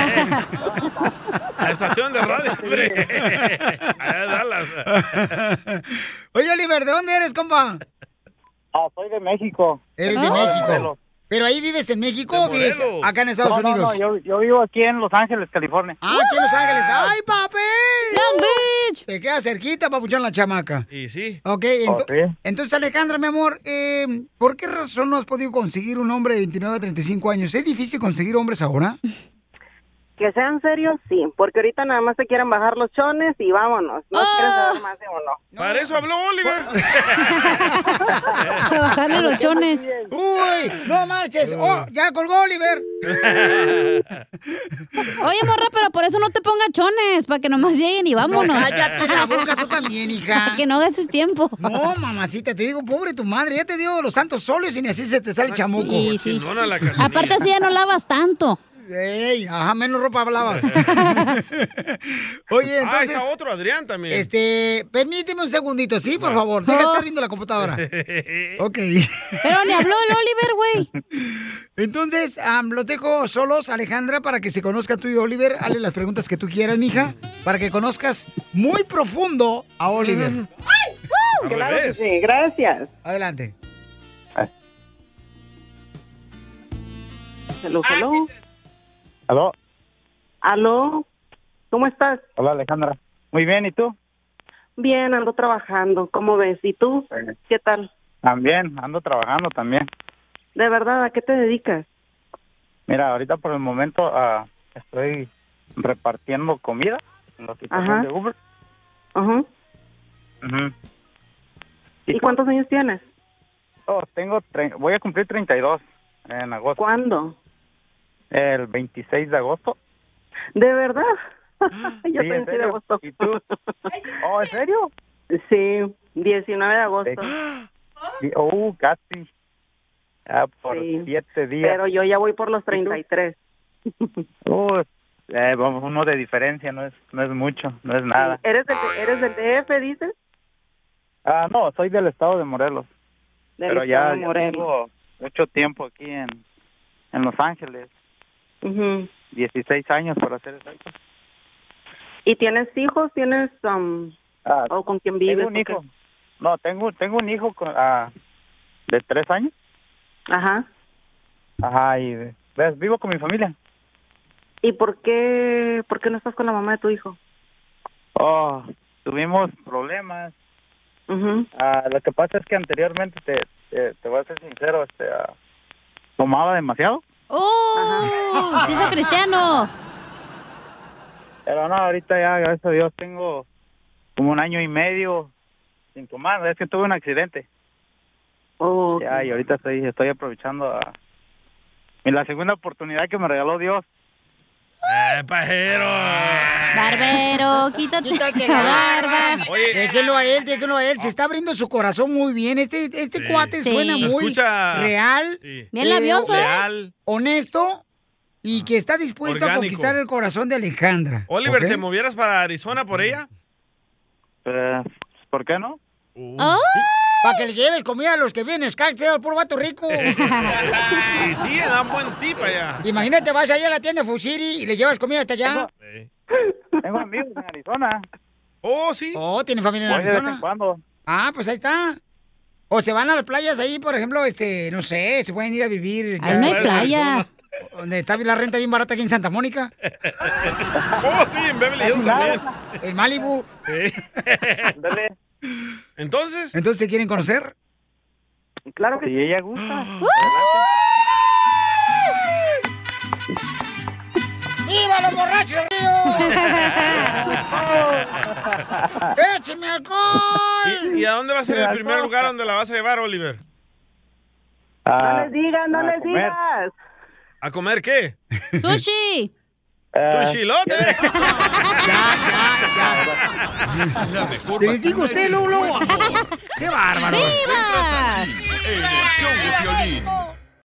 la estación de radio, hombre. Allá de Dallas. Oye, Oliver, ¿de dónde eres, compa? Soy de México. Eres de México. ¿Pero ahí vives en México o vives acá en Estados Unidos? No, yo vivo aquí en Los Ángeles, California. Ah, aquí en Los Ángeles. ¡Ay, papel! Long Beach. Te queda cerquita, papuchón, la chamaca. Y sí. Ok, entonces, Alejandra, mi amor, ¿por qué razón no has podido conseguir un hombre de 29 a 35 años? ¿Es difícil conseguir hombres ahora? Que sean serios, sí, porque ahorita nada más se quieren bajar los chones y vámonos. No quieren saber más de uno. Para eso habló Oliver. Para bajarle los chones. Uy, no marches. Oh, ya colgó Oliver. Oye, morra, pero por eso no te pongas chones, para que nomás lleguen y vámonos. No, cállate la boca tú también, hija. Para que no gastes tiempo. No, mamacita, te digo, pobre tu madre, ya te dio los santos soles y ni así se te sale el chamuco. Sí, sí. Aparte así ya no lavas tanto. Ey, ajá, menos ropa lavas. Oye, entonces... está otro, Adrián también. Permíteme un segundito, ¿sí? Por favor, deja de estar viendo la computadora. Ok. Pero ni habló el Oliver, güey. Entonces, los dejo solos, Alejandra, para que se conozcan tú y Oliver. Hazle las preguntas que tú quieras, mija, para que conozcas muy profundo a Oliver. Claro que sí, gracias. Adelante. Hello, hello. ¿Aló? ¿Aló? ¿Cómo estás? Hola, Alejandra. Muy bien, ¿y tú? Bien, ando trabajando. ¿Cómo ves? ¿Y tú? ¿Qué tal? También, ando trabajando también. ¿De verdad? ¿A qué te dedicas? Mira, ahorita por el momento estoy repartiendo comida en la aplicación de Uber. Ajá. ¿Y cuántos años tienes? Voy a cumplir 32 en agosto. ¿Cuándo? El 26 de agosto. ¿De verdad? Yo Sí, también soy de agosto. ¿Y tú? ¿Oh, en serio? Sí, 19 de agosto. Sí. Casi. Por 7 días. Pero yo ya voy por los 33. Uno de diferencia, no es mucho, no es nada. ¿Eres del DF, dices? No, soy del estado de Morelos. Pero ya tengo mucho tiempo aquí en Los Ángeles. 16 años, para ser exacto. ¿Y tienes hijos? ¿Tienes o con quién vives? Tengo un hijo. No, tengo un hijo de 3 años. Ajá. Y vivo con mi familia. ¿Y por qué no estás con la mamá de tu hijo? Tuvimos problemas. Lo que pasa es que anteriormente, te voy a ser sincero, tomaba demasiado. ¡Se hizo cristiano! Pero no, ahorita ya, gracias a Dios, tengo como 1 año y medio sin tomar. Es que tuve un accidente. Ya, y ahorita estoy aprovechando la segunda oportunidad que me regaló Dios. ¡Pajero! Barbero, quítate la barba. Oye, déjenlo a él. Se está abriendo su corazón muy bien. Este cuate suena muy real. Sí. Bien labioso, leal, honesto y que está dispuesto a conquistar el corazón de Alejandra. Oliver, ¿te movieras para Arizona por ella? ¿Por qué no? Para que le lleves comida a los que vienen, al puro vato rico. Y sí, dan buen tip allá. Imagínate, vas allá a la tienda Fushiri y le llevas comida hasta allá. Tengo amigos en Arizona. Sí. ¿Tiene familia en Arizona? De vez en cuando. Pues ahí está. O se van a las playas ahí, por ejemplo, no sé, se pueden ir a vivir. Ahí no hay playa. Donde está la renta bien barata aquí en Santa Mónica. Sí, en Beverly Hills también. En Malibu. ¿Entonces? ¿Entonces se quieren conocer? Claro que sí. Si ella gusta. ¡Viva los borrachos, tío! ¡Écheme alcohol! ¿Y a dónde va a ser el primer lugar donde la vas a llevar, Oliver? No les digas, no les digas. ¿A comer qué? ¡Sushi! ¡Sushilote! La mejor les digo usted, Lolo. ¡Qué bárbaro! ¡Viva! En el show de Piolín.